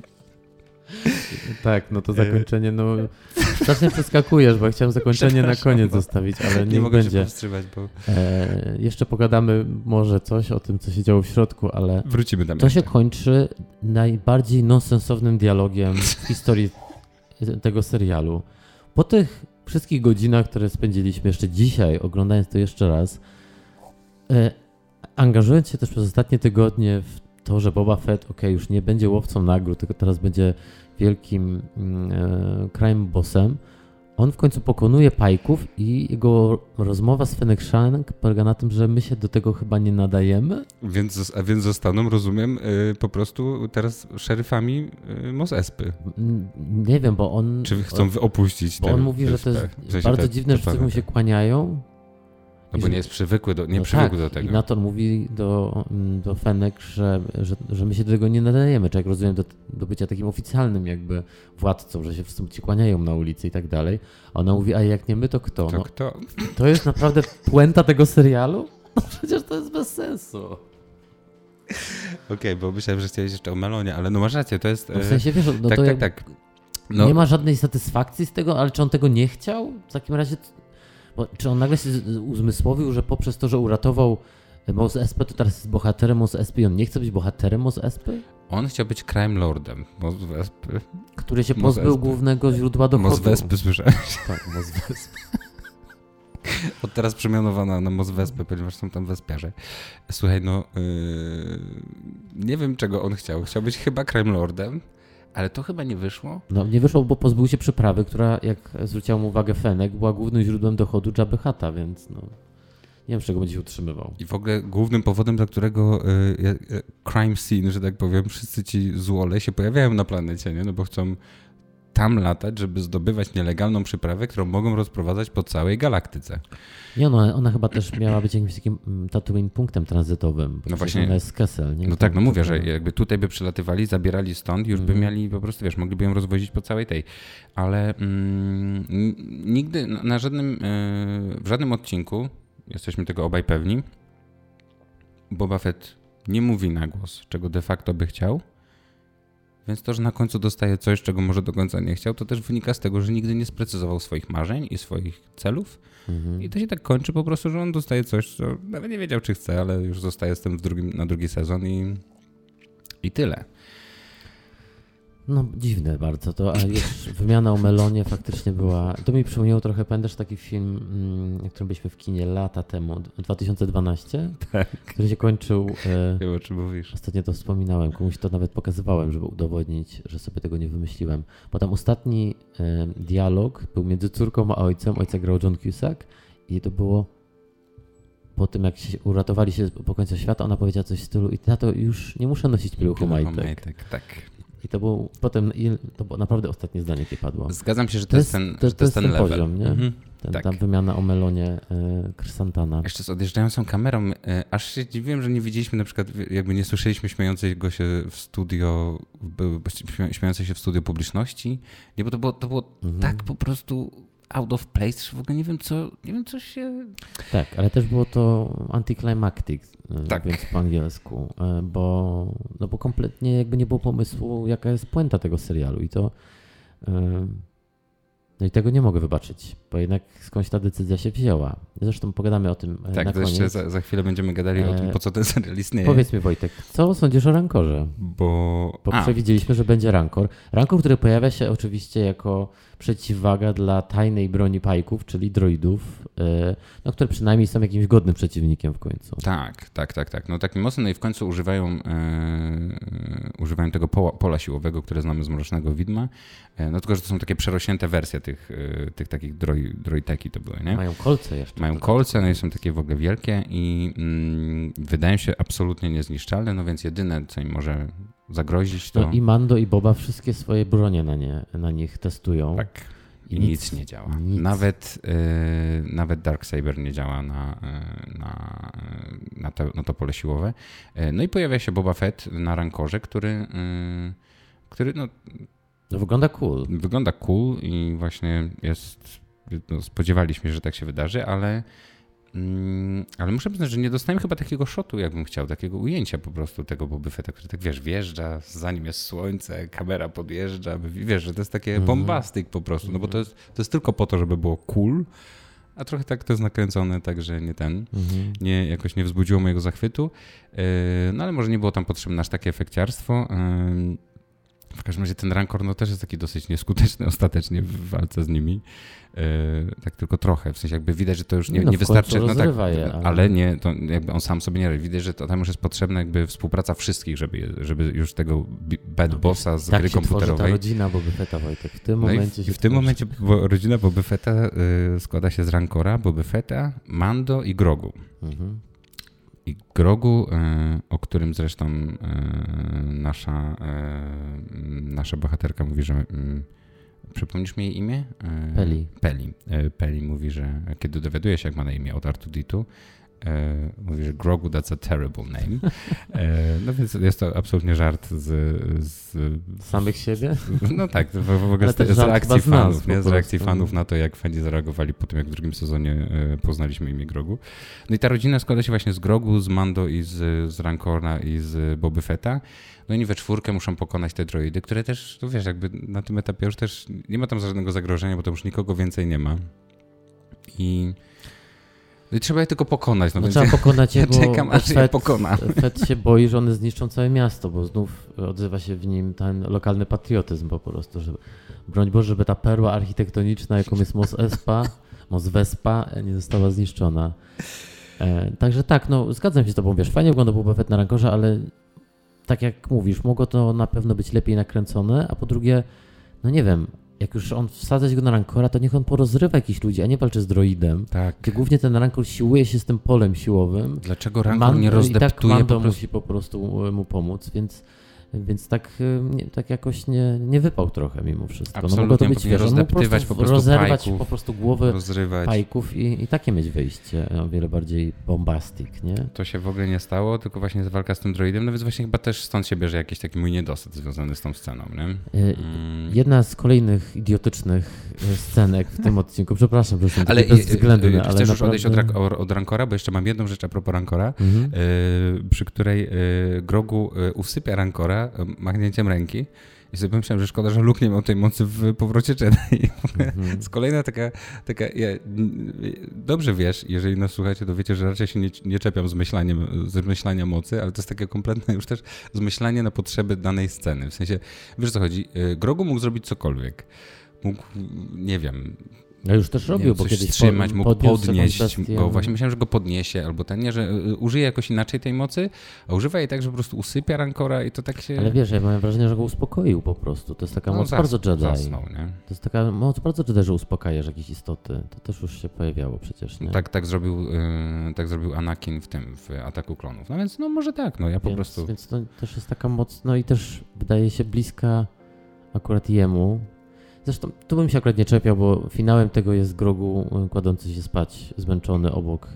Tak, no to zakończenie, no strasznie przeskakujesz, bo chciałem zakończenie na koniec zostawić, ale nie mogę będzie. Się powstrzymać, bo... Jeszcze pogadamy może coś o tym, co się działo w środku, ale wrócimy tam. To się kończy najbardziej nonsensownym dialogiem w historii tego serialu. Po tych wszystkich godzinach, które spędziliśmy jeszcze dzisiaj, oglądając to jeszcze raz, angażując się też przez ostatnie tygodnie w to, że Boba Fett, już nie będzie łowcą nagród, tylko teraz będzie wielkim crime bossem, on w końcu pokonuje pajków i jego rozmowa z Fennec Shand polega na tym, że my się do tego chyba nie nadajemy. Więc zostaną, rozumiem, po prostu teraz szeryfami Mos Espy. Nie wiem, bo on... Czy chcą opuścić? Bo on mówi, że to jest bardzo dziwne, że wszyscy mu się kłaniają. No bo nie jest przywykły do tego. I na to on mówi do Fennec, że my się do tego nie nadajemy, czy jak rozumiem, do bycia takim oficjalnym jakby władcą, że się wszyscy ci kłaniają na ulicy i tak dalej. A ona mówi, a jak nie my, to kto? To kto? To jest naprawdę puenta tego serialu? No przecież to jest bez sensu. Okej, bo myślałem, że chciałeś jeszcze o melonie, ale no masz rację, to jest... No w sensie, wiesz, no tak. No. Nie ma żadnej satysfakcji z tego, ale czy on tego nie chciał? W takim razie... Czy on nagle się uzmysłowił, że poprzez to, że uratował Mos Espę, to teraz jest bohaterem Mos Espy i on nie chce być bohaterem Mos Espy? On chciał być crime lordem Mos Espy. Który się pozbył głównego źródła dochodu. Mos Wespy, słyszałeś? Tak, Mos Wespy. Od teraz przemianowana na Mos Wespy, ponieważ są tam wespiarze. Słuchaj, nie wiem czego on chciał. Chciał być chyba crime lordem. Ale to chyba nie wyszło? No nie wyszło, bo pozbył się przyprawy, która, jak zwróciła mu uwagę Fennec, była głównym źródłem dochodu Jabby Hutta, więc nie wiem, z czego będzie się utrzymywał. I w ogóle głównym powodem, dla którego crime scene, że tak powiem, wszyscy ci złole się pojawiają na planecie, nie? No bo chcą tam latać, żeby zdobywać nielegalną przyprawę, którą mogą rozprowadzać po całej galaktyce. Nie, ona chyba też miała być jakimś takim Tatooine punktem tranzytowym. No właśnie. Ona jest Kessel, nie? No tak, mówię, że jakby tutaj by przylatywali, zabierali stąd, już by mieli po prostu, mogliby ją rozwozić po całej tej. Ale nigdy w żadnym odcinku, jesteśmy tego obaj pewni, Boba Fett nie mówi na głos, czego de facto by chciał. Więc to, że na końcu dostaje coś, czego może do końca nie chciał, to też wynika z tego, że nigdy nie sprecyzował swoich marzeń i swoich celów. I to się tak kończy po prostu, że on dostaje coś, co nawet nie wiedział, czy chce, ale już zostaje z tym na drugi sezon i tyle. No dziwne bardzo to, a już wymiana o melonie faktycznie była... To mi przypomniało trochę, pamiętasz taki film, który byliśmy w kinie lata temu, 2012? Tak. Który się kończył... Wiem, o czym mówisz. Ostatnio to wspominałem, komuś to nawet pokazywałem, żeby udowodnić, że sobie tego nie wymyśliłem. Bo tam ostatni dialog był między córką a ojcem, ojca grał John Cusack i to było po tym, jak się uratowali się po końcu świata, ona powiedziała coś w stylu i tato, już nie muszę nosić pieluchomajtek. Tak. I to było potem, to było naprawdę ostatnie zdanie, jakie padło. Zgadzam się, że to jest ten level. Poziom, nie? Ta wymiana o melonie Krrsantana. Jeszcze z odjeżdżającą kamerą, aż się dziwiłem, że nie widzieliśmy na przykład, jakby nie słyszeliśmy śmiejącej się w studio publiczności. Nie, bo to było tak po prostu out of place, w ogóle nie wiem co się... Tak, ale też było to anticlimactic, Tak. więc po angielsku, bo kompletnie jakby nie było pomysłu, jaka jest puenta tego serialu i to... No i tego nie mogę wybaczyć, bo jednak skądś ta decyzja się wzięła. Zresztą pogadamy o tym na koniec. Tak, jeszcze za chwilę będziemy gadali o tym, po co ten serial istnieje. Powiedz mi, Wojtek, co sądzisz o Rankorze? Bo przewidzieliśmy, że będzie Rankor. Rankor, który pojawia się oczywiście jako przeciwwaga dla tajnej broni pajków, czyli droidów, które przynajmniej są jakimś godnym przeciwnikiem w końcu. Tak. No taki mocno, no i w końcu używają tego pola siłowego, które znamy z Mrocznego Widma, no tylko, że to są takie przerośnięte wersje tych takich droideki to były, nie? Mają kolce jeszcze. Mają kolce, no i są takie w ogóle wielkie i wydają się absolutnie niezniszczalne, no więc jedyne, co im może zagrozić, to... No i Mando i Boba wszystkie swoje bronie na nich testują. Tak. I nic nie działa. Nic. Nawet Darksaber nie działa na to pole siłowe. No i pojawia się Boba Fett na Rankorze, który No wygląda cool. Wygląda cool i właśnie jest... No, spodziewaliśmy się, że tak się wydarzy, ale muszę przyznać, że nie dostałem chyba takiego shotu, jakbym chciał, takiego ujęcia po prostu tego Boba Fetta, który tak, wiesz, wjeżdża, za nim jest słońce, kamera podjeżdża, wiesz, że to jest takie bombastic po prostu, no bo to jest tylko po to, żeby było cool, a trochę tak to jest nakręcone, tak, że jakoś nie wzbudziło mojego zachwytu, no ale może nie było tam potrzebne aż takie efekciarstwo. W każdym razie ten Rancor no też jest taki dosyć nieskuteczny ostatecznie w walce z nimi. Tak tylko trochę, w sensie jakby widać, że to już nie wystarczy, no tak, ale nie, to jakby on sam sobie nie radzi. Widać, że to tam już jest potrzebna jakby współpraca wszystkich, żeby już tego bad bossa z gry komputerowej. Tak się rodzina Boba Fetta, Wojtek, w tym momencie w tym momencie rodzina Boba Fetta składa się z Rancora, Boba Fetta, Mando i Grogu. I Grogu, o którym zresztą nasza bohaterka mówi, że... Przypomnisz mi jej imię? Peli mówi, że kiedy dowiaduje się, jak ma na imię od R2D2, mówi, że Grogu that's a terrible name. No więc jest to absolutnie żart z samych siebie? No tak, w ogóle z reakcji fanów, nie? Z reakcji fanów na to, jak fani zareagowali po tym, jak w drugim sezonie poznaliśmy imię Grogu. No i ta rodzina składa się właśnie z Grogu, z Mando i z Rancora i z Boba Fetta. No i oni we czwórkę muszą pokonać te droidy, które też, no wiesz, jakby na tym etapie już też nie ma tam żadnego zagrożenia, bo tam już nikogo więcej nie ma. I trzeba je tylko pokonać. No trzeba pokonać je, bo czekam, aż je pokona. Fett się boi, że one zniszczą całe miasto, bo znów odzywa się w nim ten lokalny patriotyzm po prostu, że broń Boże, żeby ta perła architektoniczna, jaką jest Mos Vespa, nie została zniszczona. Także tak, no zgadzam się z tobą, wiesz, fajnie wygląda Boba Fett na Rankorze, ale tak jak mówisz, mogło to na pewno być lepiej nakręcone, a po drugie, no nie wiem, jak już on wsadzać go na Rancora, to niech on porozrywa jakichś ludzi, a nie walczy z droidem. Tak. Gdzie głównie ten Rancor siłuje się z tym polem siłowym. Dlaczego Rancor nie rozdeptuje? I tak Mando musi po prostu mu pomóc, więc tak jakoś nie wypał trochę mimo wszystko. Absolutnie, no mogło to być, wiesz, rozdeptywać po prostu rozerwać pajków, po prostu głowy rozrywać pajków i takie mieć wyjście, o wiele bardziej bombastic, nie? To się w ogóle nie stało, tylko właśnie jest walka z tym droidem, no więc właśnie chyba też stąd się bierze jakiś taki mój niedosyt związany z tą sceną, nie? Jedna z kolejnych idiotycznych scenek w tym odcinku, przepraszam, że są takie bezwzględne, ale chcesz naprawdę... już odejść od Rancora, bo jeszcze mam jedną rzecz a propos Rancora, przy której Grogu usypia Rancora machnięciem ręki i sobie pomyślałem, że szkoda, że Luke nie miał tej mocy w Powrocie Jedi. Z kolejna taka dobrze wiesz, jeżeli nas słuchacie, to wiecie, że raczej się nie czepiam zmyślania mocy, ale to jest takie kompletne już też zmyślanie na potrzeby danej sceny. W sensie, wiesz o co chodzi, Grogu mógł zrobić cokolwiek. Mógł, nie wiem... Ja już też robił, bo kiedyś wstrzymać, mógł podnieść go. Właśnie myślałem, że go podniesie albo że użyje jakoś inaczej tej mocy, a używa jej tak, że po prostu usypia Rancora i to tak się... Ale wiesz, ja mam wrażenie, że go uspokoił po prostu. To jest taka moc bardzo Jedi. Zasnął, nie? To jest taka moc bardzo Jedi, że uspokajasz jakieś istoty. To też już się pojawiało przecież, nie? Tak zrobił Anakin w Ataku Klonów. No więc no może tak, no ja po prostu... Więc to też jest taka moc, no i też wydaje się bliska akurat jemu. Zresztą tu bym się akurat nie czepiał, bo finałem tego jest Grogu kładący się spać, zmęczony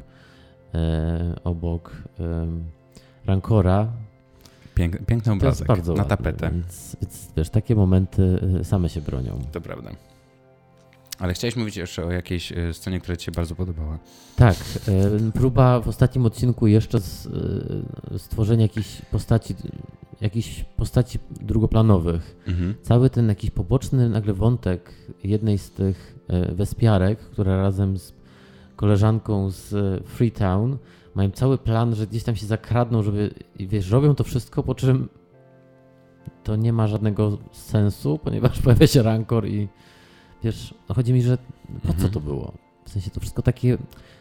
obok Rancora. Piękny obrazek na tapetę. Więc wiesz, takie momenty same się bronią. To prawda. Ale chciałeś mówić jeszcze o jakiejś scenie, która ci się bardzo podobała. Tak, próba w ostatnim odcinku jeszcze stworzenia jakichś postaci drugoplanowych. Cały ten jakiś poboczny nagle wątek jednej z tych wyspiarek, która razem z koleżanką z Freetown mają cały plan, że gdzieś tam się zakradną, żeby, wiesz, robią to wszystko, po czym to nie ma żadnego sensu, ponieważ pojawia się Rancor i wiesz, no chodzi mi, że po co to było? W sensie to wszystko takie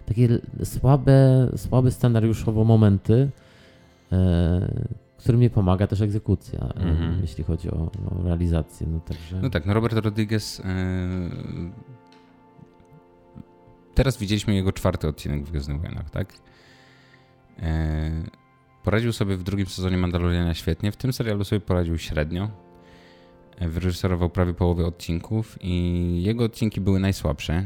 słabe scenariuszowo momenty, którym nie pomaga też egzekucja, jeśli chodzi o realizację. No tak, Robert Rodriguez. Teraz widzieliśmy jego 4. odcinek w Gwiezdnych Wojnach, tak? Poradził sobie w 2. sezonie Mandaloriana świetnie, w tym serialu sobie poradził średnio. Wyreżyserował prawie połowę odcinków i jego odcinki były najsłabsze.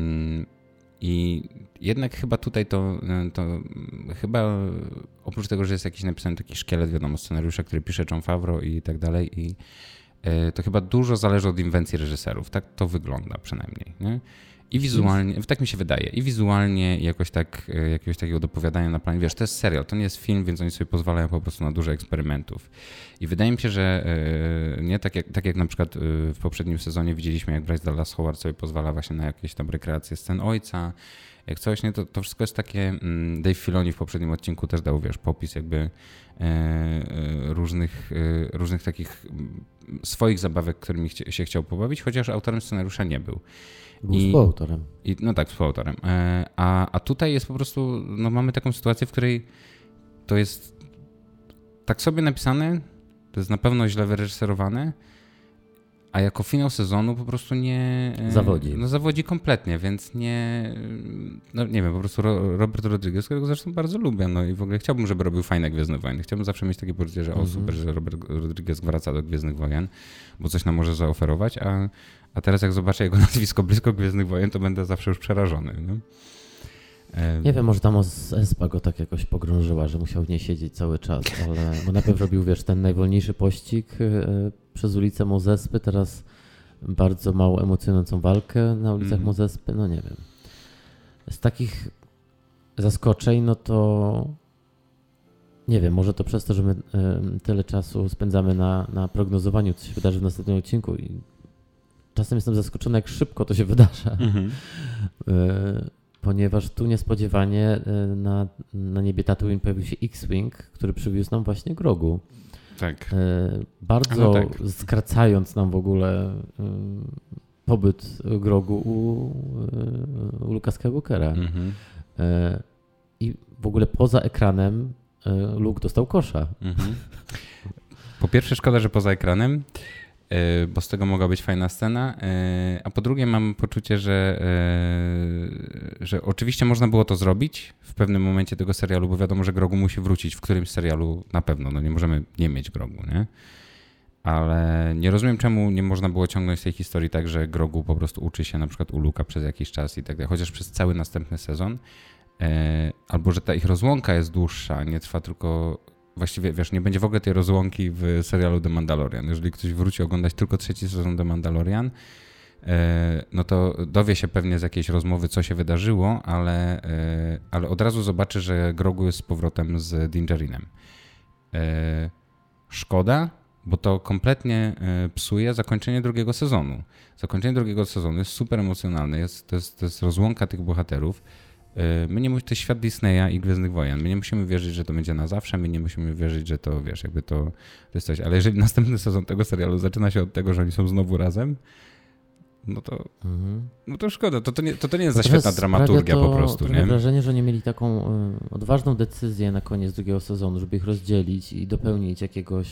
I jednak chyba tutaj to chyba oprócz tego, że jest jakiś napisany taki szkielet, wiadomo, scenariusza, który pisze Jon Favreau i tak dalej, i to chyba dużo zależy od inwencji reżyserów. Tak to wygląda przynajmniej, nie? I wizualnie, tak mi się wydaje, i wizualnie jakoś tak, jakiegoś takiego dopowiadania na planie. Wiesz, to jest serial, to nie jest film, więc oni sobie pozwalają po prostu na dużo eksperymentów. I wydaje mi się, że nie tak jak na przykład w poprzednim sezonie widzieliśmy, jak Bryce Dallas Howard sobie pozwala właśnie na jakieś tam rekreacje scen ojca, jak coś, nie, to wszystko jest takie. Dave Filoni w poprzednim odcinku też dał, wiesz, popis jakby różnych takich swoich zabawek, którymi się chciał pobawić, chociaż autorem scenariusza nie był. Był współautorem. No tak, współautorem. A tutaj jest po prostu, no mamy taką sytuację, w której to jest tak sobie napisane, to jest na pewno źle wyreżyserowane, a jako finał sezonu po prostu nie... Zawodzi. No zawodzi kompletnie, więc nie... No nie wiem, po prostu Robert Rodriguez, którego zresztą bardzo lubię, no i w ogóle chciałbym, żeby robił fajne Gwiezdne Wojny. Chciałbym zawsze mieć takie poczucie, że super, że Robert Rodriguez wraca do Gwiezdnych Wojen, bo coś nam może zaoferować, a teraz jak zobaczę jego nazwisko blisko Gwiezdnych Wojen, to będę zawsze już przerażony. No? Nie wiem, może tam Espa go tak jakoś pogrążyła, że musiał w niej siedzieć cały czas, ale bo najpierw robił, wiesz, ten najwolniejszy pościg przez ulicę Mozespy, teraz bardzo mało emocjonującą walkę na ulicach Mozespy, no nie wiem. Z takich zaskoczeń, no to nie wiem, może to przez to, że my tyle czasu spędzamy na prognozowaniu, co się wydarzy w następnym odcinku i czasem jestem zaskoczony, jak szybko to się wydarza. Ponieważ tu niespodziewanie na niebie Tatooine pojawił się X-Wing, który przywiózł nam właśnie Grogu. Tak. Bardzo skracając nam w ogóle pobyt Grogu u Luke'a Skywalkera. I w ogóle poza ekranem Luke dostał kosza. Po pierwsze szkoda, że poza ekranem, bo z tego mogła być fajna scena, a po drugie mam poczucie, że oczywiście można było to zrobić w pewnym momencie tego serialu, bo wiadomo, że Grogu musi wrócić w którymś serialu na pewno, no nie możemy nie mieć Grogu, nie? Ale nie rozumiem, czemu nie można było ciągnąć tej historii tak, że Grogu po prostu uczy się na przykład u Luke'a przez jakiś czas i tak dalej, chociaż przez cały następny sezon, albo że ta ich rozłąka jest dłuższa, nie trwa tylko... Właściwie, wiesz, nie będzie w ogóle tej rozłąki w serialu The Mandalorian. Jeżeli ktoś wróci oglądać tylko 3. sezon The Mandalorian, no to dowie się pewnie z jakiejś rozmowy, co się wydarzyło, ale od razu zobaczy, że Grogu jest z powrotem z Din Djarinem. Szkoda, bo to kompletnie psuje zakończenie 2. sezonu. Zakończenie 2. sezonu jest super emocjonalne, to jest rozłąka tych bohaterów. To jest świat Disneya i Gwiezdnych Wojen. My nie musimy wierzyć, że to będzie na zawsze, my nie musimy wierzyć, że to, wiesz, jakby to jest coś. Ale jeżeli następny sezon tego serialu zaczyna się od tego, że oni są znowu razem, no to szkoda. To nie jest za świetna dramaturgia po prostu. Mam wrażenie, że nie mieli taką odważną decyzję na koniec 2. sezonu, żeby ich rozdzielić i dopełnić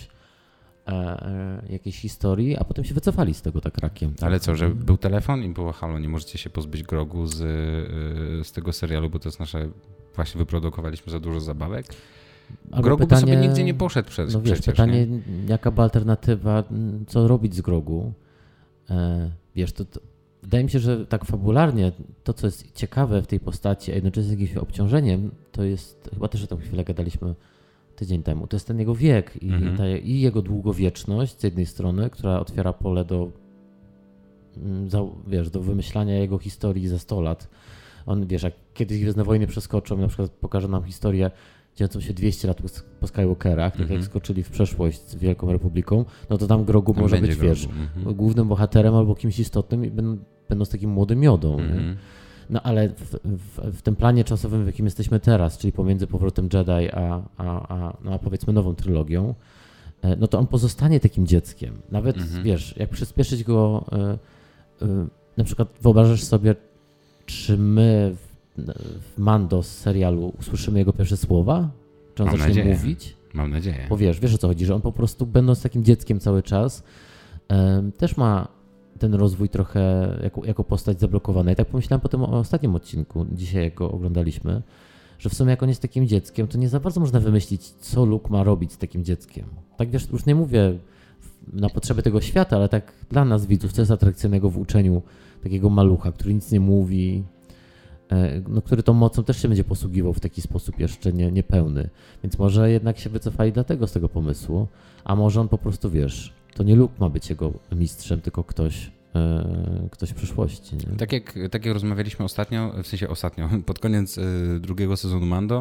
jakiejś historii, a potem się wycofali z tego tak rakiem. Tak? Ale co, że był telefon i było halo, nie możecie się pozbyć Grogu z tego serialu, bo to jest nasze, właśnie wyprodukowaliśmy za dużo zabawek. Albo Grogu pytanie, by sobie nigdzie nie poszedł no wiesz, przecież. Pytanie, jaka była alternatywa, co robić z Grogu? Wiesz, to wydaje mi się, że tak fabularnie to, co jest ciekawe w tej postaci, a jednocześnie jakimś obciążeniem, to jest, chyba też o tym chwilę gadaliśmy tydzień temu, to jest ten jego wiek i jego długowieczność z jednej strony, która otwiera pole do wiesz, do wymyślania jego historii za 100 lat. On, wiesz, jak kiedyś Gwiezdne Wojny przeskoczą, na przykład pokaże nam historię dziejącą się 200 lat po Skywalkerach, tak jak skoczyli w przeszłość z Wielką Republiką, no to tam Grogu może być, wiesz, głównym bohaterem albo kimś istotnym i będąc takim młodym Jodą. Nie? No ale w tym planie czasowym, w jakim jesteśmy teraz, czyli pomiędzy powrotem Jedi a powiedzmy nową trylogią, no to on pozostanie takim dzieckiem. Nawet, wiesz, jak przyspieszyć go, na przykład wyobrażasz sobie, czy my w Mando z serialu usłyszymy jego pierwsze słowa? Czy on zacznie mówić? Mam nadzieję. Bo wiesz o co chodzi, że on po prostu będąc takim dzieckiem cały czas też ma ten rozwój trochę jako postać zablokowana. I tak pomyślałem potem o ostatnim odcinku, dzisiaj jak go oglądaliśmy, że w sumie jak on jest takim dzieckiem, to nie za bardzo można wymyślić, co Luke ma robić z takim dzieckiem. Tak wiesz, już nie mówię na potrzeby tego świata, ale tak dla nas widzów, co jest atrakcyjnego w uczeniu takiego malucha, który nic nie mówi, no, który tą mocą też się będzie posługiwał w taki sposób jeszcze niepełny. Więc może jednak się wycofali dlatego z tego pomysłu, a może on po prostu, wiesz, to nie Luke ma być jego mistrzem, tylko ktoś w przyszłości. Nie? Tak jak rozmawialiśmy ostatnio, pod koniec drugiego sezonu Mando,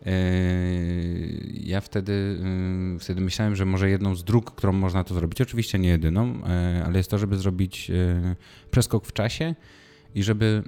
ja wtedy myślałem, że może jedną z dróg, którą można to zrobić, oczywiście nie jedyną, ale jest to, żeby zrobić przeskok w czasie i żeby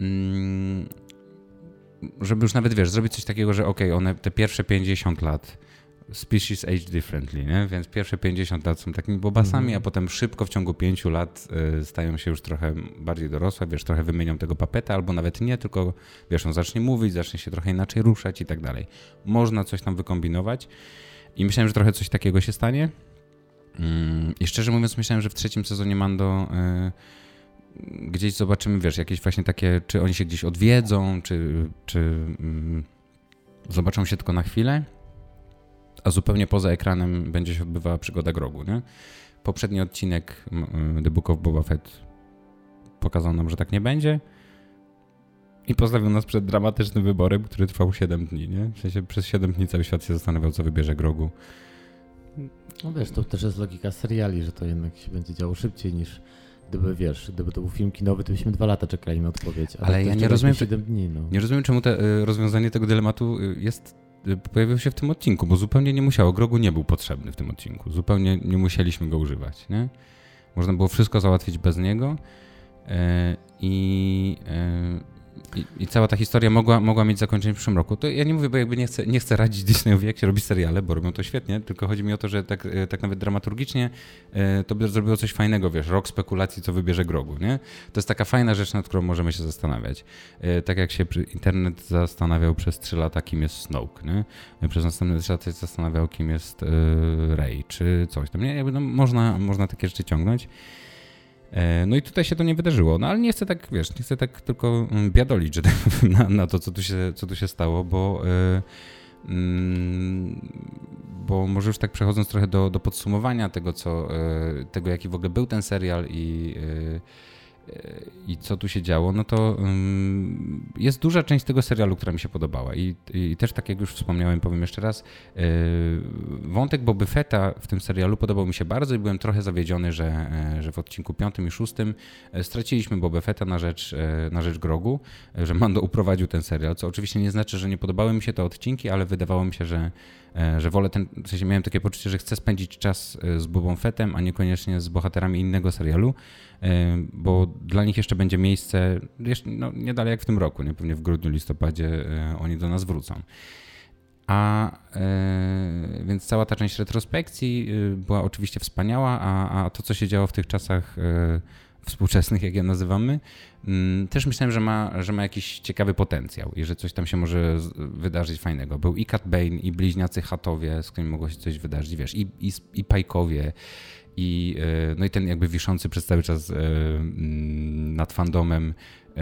już nawet, wiesz, zrobić coś takiego, że one te pierwsze 50 lat species age differently, nie? Więc pierwsze 50 lat są takimi bobasami, a potem szybko w ciągu 5 lat stają się już trochę bardziej dorosłe, wiesz, trochę wymienią tego papeta, albo nawet nie, tylko wiesz, on zacznie mówić, zacznie się trochę inaczej ruszać i tak dalej. Można coś tam wykombinować i myślałem, że trochę coś takiego się stanie. I szczerze mówiąc myślałem, że w trzecim sezonie Mando gdzieś zobaczymy, wiesz, jakieś właśnie takie, czy oni się gdzieś odwiedzą, czy zobaczą się tylko na chwilę, a zupełnie poza ekranem będzie się odbywała przygoda Grogu, nie? Poprzedni odcinek The Book of Boba Fett pokazał nam, że tak nie będzie i postawił nas przed dramatycznym wyborem, który trwał 7 dni, nie? W sensie przez 7 dni cały świat się zastanawiał, co wybierze Grogu. No wiesz, to też jest logika seriali, że to jednak się będzie działo szybciej niż gdyby to był film kinowy, to byśmy 2 lata czekali na odpowiedź. Ale ja nie rozumiem, 7 dni, no. Nie rozumiem, czemu rozwiązanie tego dylematu pojawiło się w tym odcinku, bo zupełnie nie musiało. Grogu nie był potrzebny w tym odcinku. Zupełnie nie musieliśmy go używać, nie? Można było wszystko załatwić bez niego i cała ta historia mogła mieć zakończenie w przyszłym roku. To ja nie mówię, bo jakby nie chcę radzić Disneyowi, jak się robi seriale, bo robią to świetnie, tylko chodzi mi o to, że tak nawet dramaturgicznie to by zrobiło coś fajnego, wiesz, rok spekulacji, co wybierze Grogu, nie? To jest taka fajna rzecz, nad którą możemy się zastanawiać. Tak jak się internet zastanawiał przez 3 lata, kim jest Snoke, nie? Przez następne 3 lata się zastanawiał, kim jest Rey, czy coś tam, nie? Jakby, no, można takie rzeczy ciągnąć. No i tutaj się to nie wydarzyło, no ale nie chcę tak tylko biadolić, że na to, co tu się stało, bo może już tak przechodząc trochę do podsumowania tego, jaki w ogóle był ten serial i co tu się działo, no to jest duża część tego serialu, która mi się podobała i też tak jak już wspomniałem, powiem jeszcze raz, wątek Boby Fetta w tym serialu podobał mi się bardzo i byłem trochę zawiedziony, że w odcinku 5 i 6 straciliśmy Boba Fetta na rzecz Grogu, że Mando uprowadził ten serial, co oczywiście nie znaczy, że nie podobały mi się te odcinki, ale wydawało mi się, że wolę w sensie miałem takie poczucie, że chcę spędzić czas z Bobą Fettem, a niekoniecznie z bohaterami innego serialu, bo dla nich jeszcze będzie miejsce, nie dalej jak w tym roku, nie? Pewnie w grudniu, listopadzie oni do nas wrócą. Więc cała ta część retrospekcji była oczywiście wspaniała, a to, co się działo w tych czasach współczesnych, jak je nazywamy, też myślałem, że ma jakiś ciekawy potencjał i że coś tam się może wydarzyć fajnego. Był i Cat Bane, i bliźniacy Hattowie, z którymi mogło się coś wydarzyć, wiesz, i Pike'owie, no i ten jakby wiszący przez cały czas nad fandomem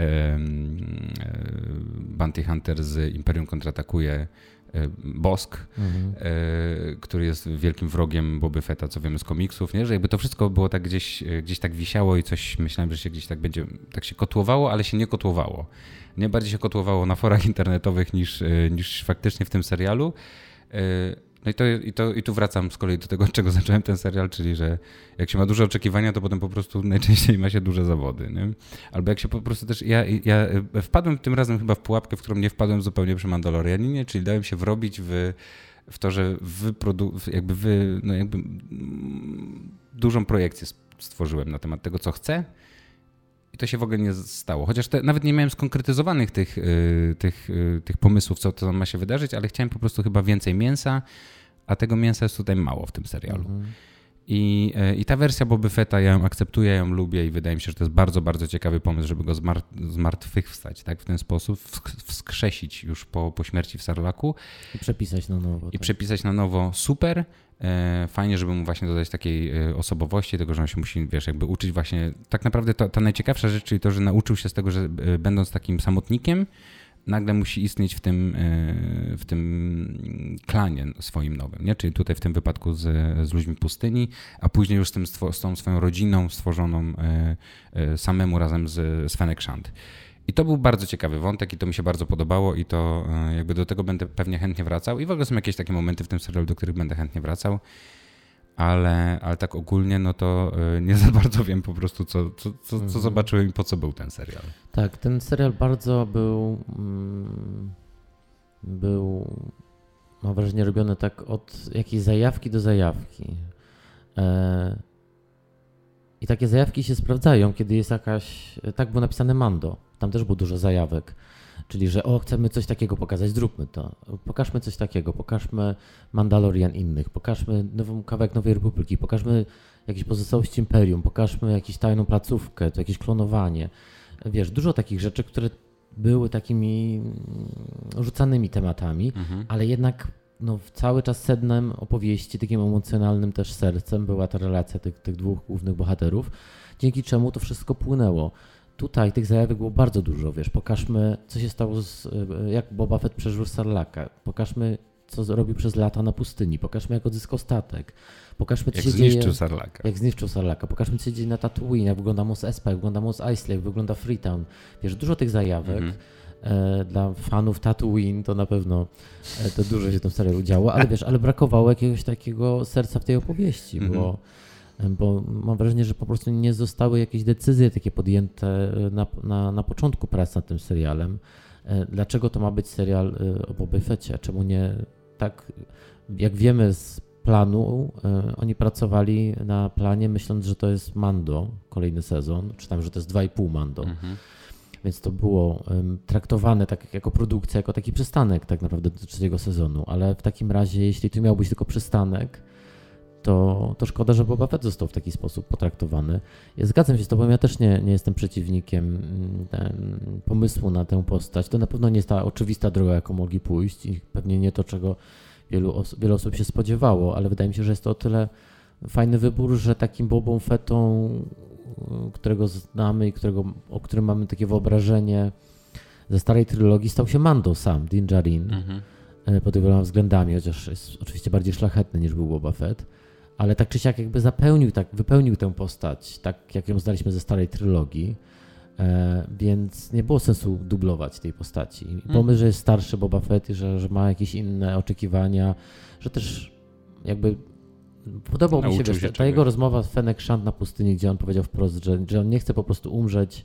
Bounty Hunter z Imperium kontratakuje, Bosk, który jest wielkim wrogiem Boby Fetta, co wiemy z komiksów, nie? Że jakby to wszystko było tak gdzieś tak wisiało i coś myślałem, że się gdzieś tak będzie, tak się kotłowało, ale się nie kotłowało. Nie bardziej się kotłowało na forach internetowych niż faktycznie w tym serialu, No i tu wracam z kolei do tego, od czego zacząłem ten serial, czyli że jak się ma duże oczekiwania, to potem po prostu najczęściej ma się duże zawody. Nie? Albo jak się po prostu też... Ja wpadłem tym razem chyba w pułapkę, w którą nie wpadłem zupełnie przy Mandalorianinie, czyli dałem się wrobić w to, że dużą projekcję stworzyłem na temat tego, co chcę. I to się w ogóle nie stało. Chociaż nawet nie miałem skonkretyzowanych tych pomysłów, co to ma się wydarzyć, ale chciałem po prostu chyba więcej mięsa, a tego mięsa jest tutaj mało w tym serialu. I ta wersja Boba Fetta, ja ją akceptuję, ja ją lubię i wydaje mi się, że to jest bardzo, bardzo ciekawy pomysł, żeby go zmartwychwstać, tak? W ten sposób, wskrzesić już po śmierci w Sarlaku. I przepisać na nowo. Przepisać na nowo, super. Fajnie, żeby mu właśnie dodać takiej osobowości, tego, że on się musi, jakby uczyć właśnie, tak naprawdę ta najciekawsza rzecz, czyli to, że nauczył się z tego, że będąc takim samotnikiem, nagle musi istnieć w tym klanie swoim nowym, nie? Czyli tutaj w tym wypadku z ludźmi pustyni, a później już z tą swoją rodziną stworzoną samemu razem z Fennec Shand. I to był bardzo ciekawy wątek i to mi się bardzo podobało i to jakby do tego będę pewnie chętnie wracał i w ogóle są jakieś takie momenty w tym serialu, do których będę chętnie wracał, ale tak ogólnie no to nie za bardzo wiem po prostu co zobaczyłem i po co był ten serial. Tak, ten serial bardzo był mam wrażenie robiony tak od jakiejś zajawki do zajawki. I takie zajawki się sprawdzają, kiedy jest tak było napisane Mando, tam też było dużo zajawek, czyli że chcemy coś takiego pokazać, zróbmy to, pokażmy coś takiego, pokażmy Mandalorian innych, pokażmy kawałek Nowej Republiki, pokażmy jakieś pozostałości Imperium, pokażmy jakąś tajną placówkę, to jakieś klonowanie. Wiesz, dużo takich rzeczy, które były takimi rzucanymi tematami, ale jednak cały czas sednem opowieści, takim emocjonalnym też sercem była ta relacja tych dwóch głównych bohaterów, dzięki czemu to wszystko płynęło. Tutaj tych zajawek było bardzo dużo, wiesz, pokażmy, co się stało, jak Boba Fett przeżył Sarlaka, pokażmy, co zrobił przez lata na pustyni, pokażmy, jak odzyskał statek, pokażmy, co się dzieje... Jak zniszczył Sarlaka, pokażmy, co się dzieje na Tatooine, jak wygląda Mos Espa, jak wygląda Mos Eisley, jak wygląda Freetown. Wiesz, dużo tych zajawek. Dla fanów Tatooine to na pewno to dużo się w tym serialu działo, ale wiesz, ale brakowało jakiegoś takiego serca w tej opowieści, bo mam wrażenie, że po prostu nie zostały jakieś decyzje takie podjęte na początku prac nad tym serialem. Dlaczego to ma być serial o Bobie Fetcie? Czemu nie tak, jak wiemy z planu, oni pracowali na planie myśląc, że to jest Mando, kolejny sezon, czy tam, że to jest 2,5 Mando. Więc to było traktowane tak jako produkcja, jako taki przystanek tak naprawdę do trzeciego sezonu, ale w takim razie, jeśli to miał być tylko przystanek, to szkoda, że Boba Fett został w taki sposób potraktowany. Ja zgadzam się z tobą, ja też nie jestem przeciwnikiem pomysłu na tę postać. To na pewno nie jest ta oczywista droga, jaką mogli pójść i pewnie nie to, czego wiele osób się spodziewało, ale wydaje mi się, że jest to o tyle fajny wybór, że takim Bobą Fettą, którego znamy i o którym mamy takie wyobrażenie ze starej trylogii, stał się Mando sam, Din Djarin, pod wieloma względami, chociaż jest oczywiście bardziej szlachetny niż był Boba Fett, ale tak czy siak jakby wypełnił tę postać, tak jak ją znaliśmy ze starej trylogii, więc nie było sensu dublować tej postaci. Pomysł, że jest starszy Boba Fett i że ma jakieś inne oczekiwania, że też jakby podobał mi się, wiesz, ta jego rozmowa z Fennec Shand na pustyni, gdzie on powiedział wprost, że on nie chce po prostu umrzeć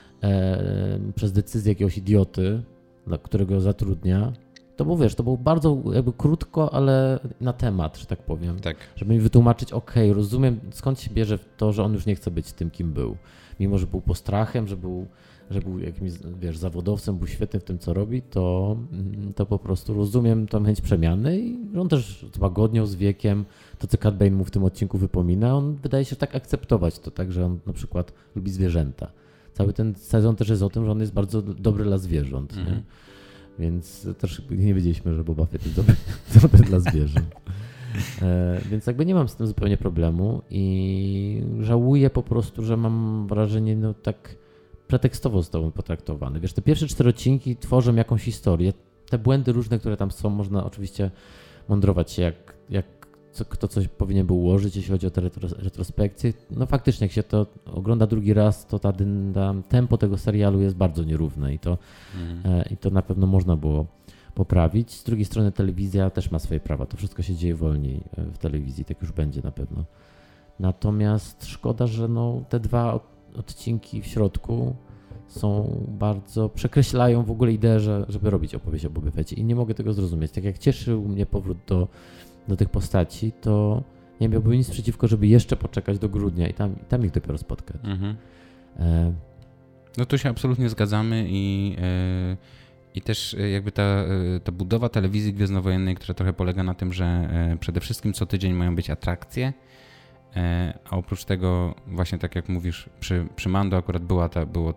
przez decyzję jakiegoś idioty, którego zatrudnia. To był, wiesz, to było bardzo jakby krótko, ale na temat, że tak powiem. Tak. Żeby mi wytłumaczyć, rozumiem, skąd się bierze to, że on już nie chce być tym, kim był. Mimo, że był postrachem, że był jakimś, wiesz, zawodowcem, był świetny w tym, co robi, to po prostu rozumiem tą chęć przemiany i on też złagodniał z wiekiem. To, co Cad Bane mu w tym odcinku wypomina, on wydaje się tak akceptować to, tak, że on na przykład lubi zwierzęta. Cały ten sezon też jest o tym, że on jest bardzo dobry dla zwierząt. Nie? Więc też nie wiedzieliśmy, że Boba Fett jest dobry dla zwierząt. Więc jakby nie mam z tym zupełnie problemu i żałuję po prostu, że mam wrażenie, tak pretekstowo został potraktowany. Wiesz, te pierwsze 4 odcinki tworzą jakąś historię. Te błędy różne, które tam są, można oczywiście mądrować się, kto coś powinien był ułożyć, jeśli chodzi o te retrospekcje. No faktycznie, jak się to ogląda drugi raz, to tempo tego serialu jest bardzo nierówne i to na pewno można było poprawić. Z drugiej strony telewizja też ma swoje prawa. To wszystko się dzieje wolniej w telewizji, tak już będzie na pewno. Natomiast szkoda, że te 2 odcinki w środku przekreślają w ogóle ideę, żeby robić opowieść o Boba Fetcie i nie mogę tego zrozumieć. Tak jak cieszył mnie powrót do tych postaci, to nie miałbym nic przeciwko, żeby jeszcze poczekać do grudnia i tam ich dopiero spotkać. Mhm. No tu się absolutnie zgadzamy i też jakby ta budowa telewizji gwiezdnowojennej, która trochę polega na tym, że przede wszystkim co tydzień mają być atrakcje, a oprócz tego właśnie tak jak mówisz, przy Mando akurat było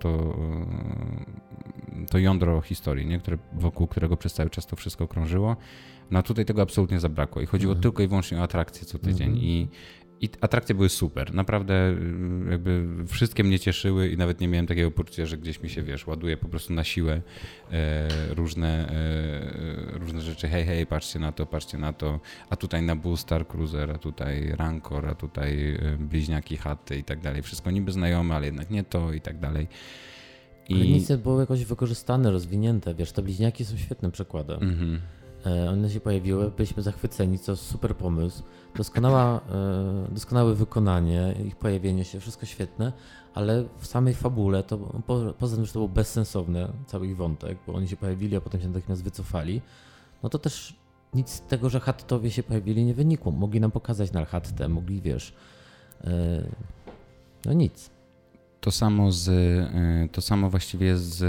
to jądro historii, nie? Wokół którego przez cały czas to wszystko krążyło. No a tutaj tego absolutnie zabrakło i chodziło tylko i wyłącznie o atrakcje co tydzień i atrakcje były super. Naprawdę jakby wszystkie mnie cieszyły i nawet nie miałem takiego poczucia, że gdzieś mi się, ładuje po prostu na siłę różne rzeczy. Hej, patrzcie na to, a tutaj Naboo, Star Cruiser, a tutaj Rancor, a tutaj bliźniaki chaty i tak dalej. Wszystko niby znajome, ale jednak nie to i tak dalej. Ale nic nie było jakoś wykorzystane, rozwinięte. Te bliźniaki są świetnym przykładem. One się pojawiły, byliśmy zachwyceni, to super pomysł, doskonałe wykonanie, ich pojawienie się, wszystko świetne, ale w samej fabule, to poza tym, że to było bezsensowne, cały ich wątek, bo oni się pojawili, a potem się natychmiast wycofali, no to też nic z tego, że Hattowie się pojawili, nie wynikło. Mogli nam pokazać na Hattę, mogli, no nic. To samo właściwie z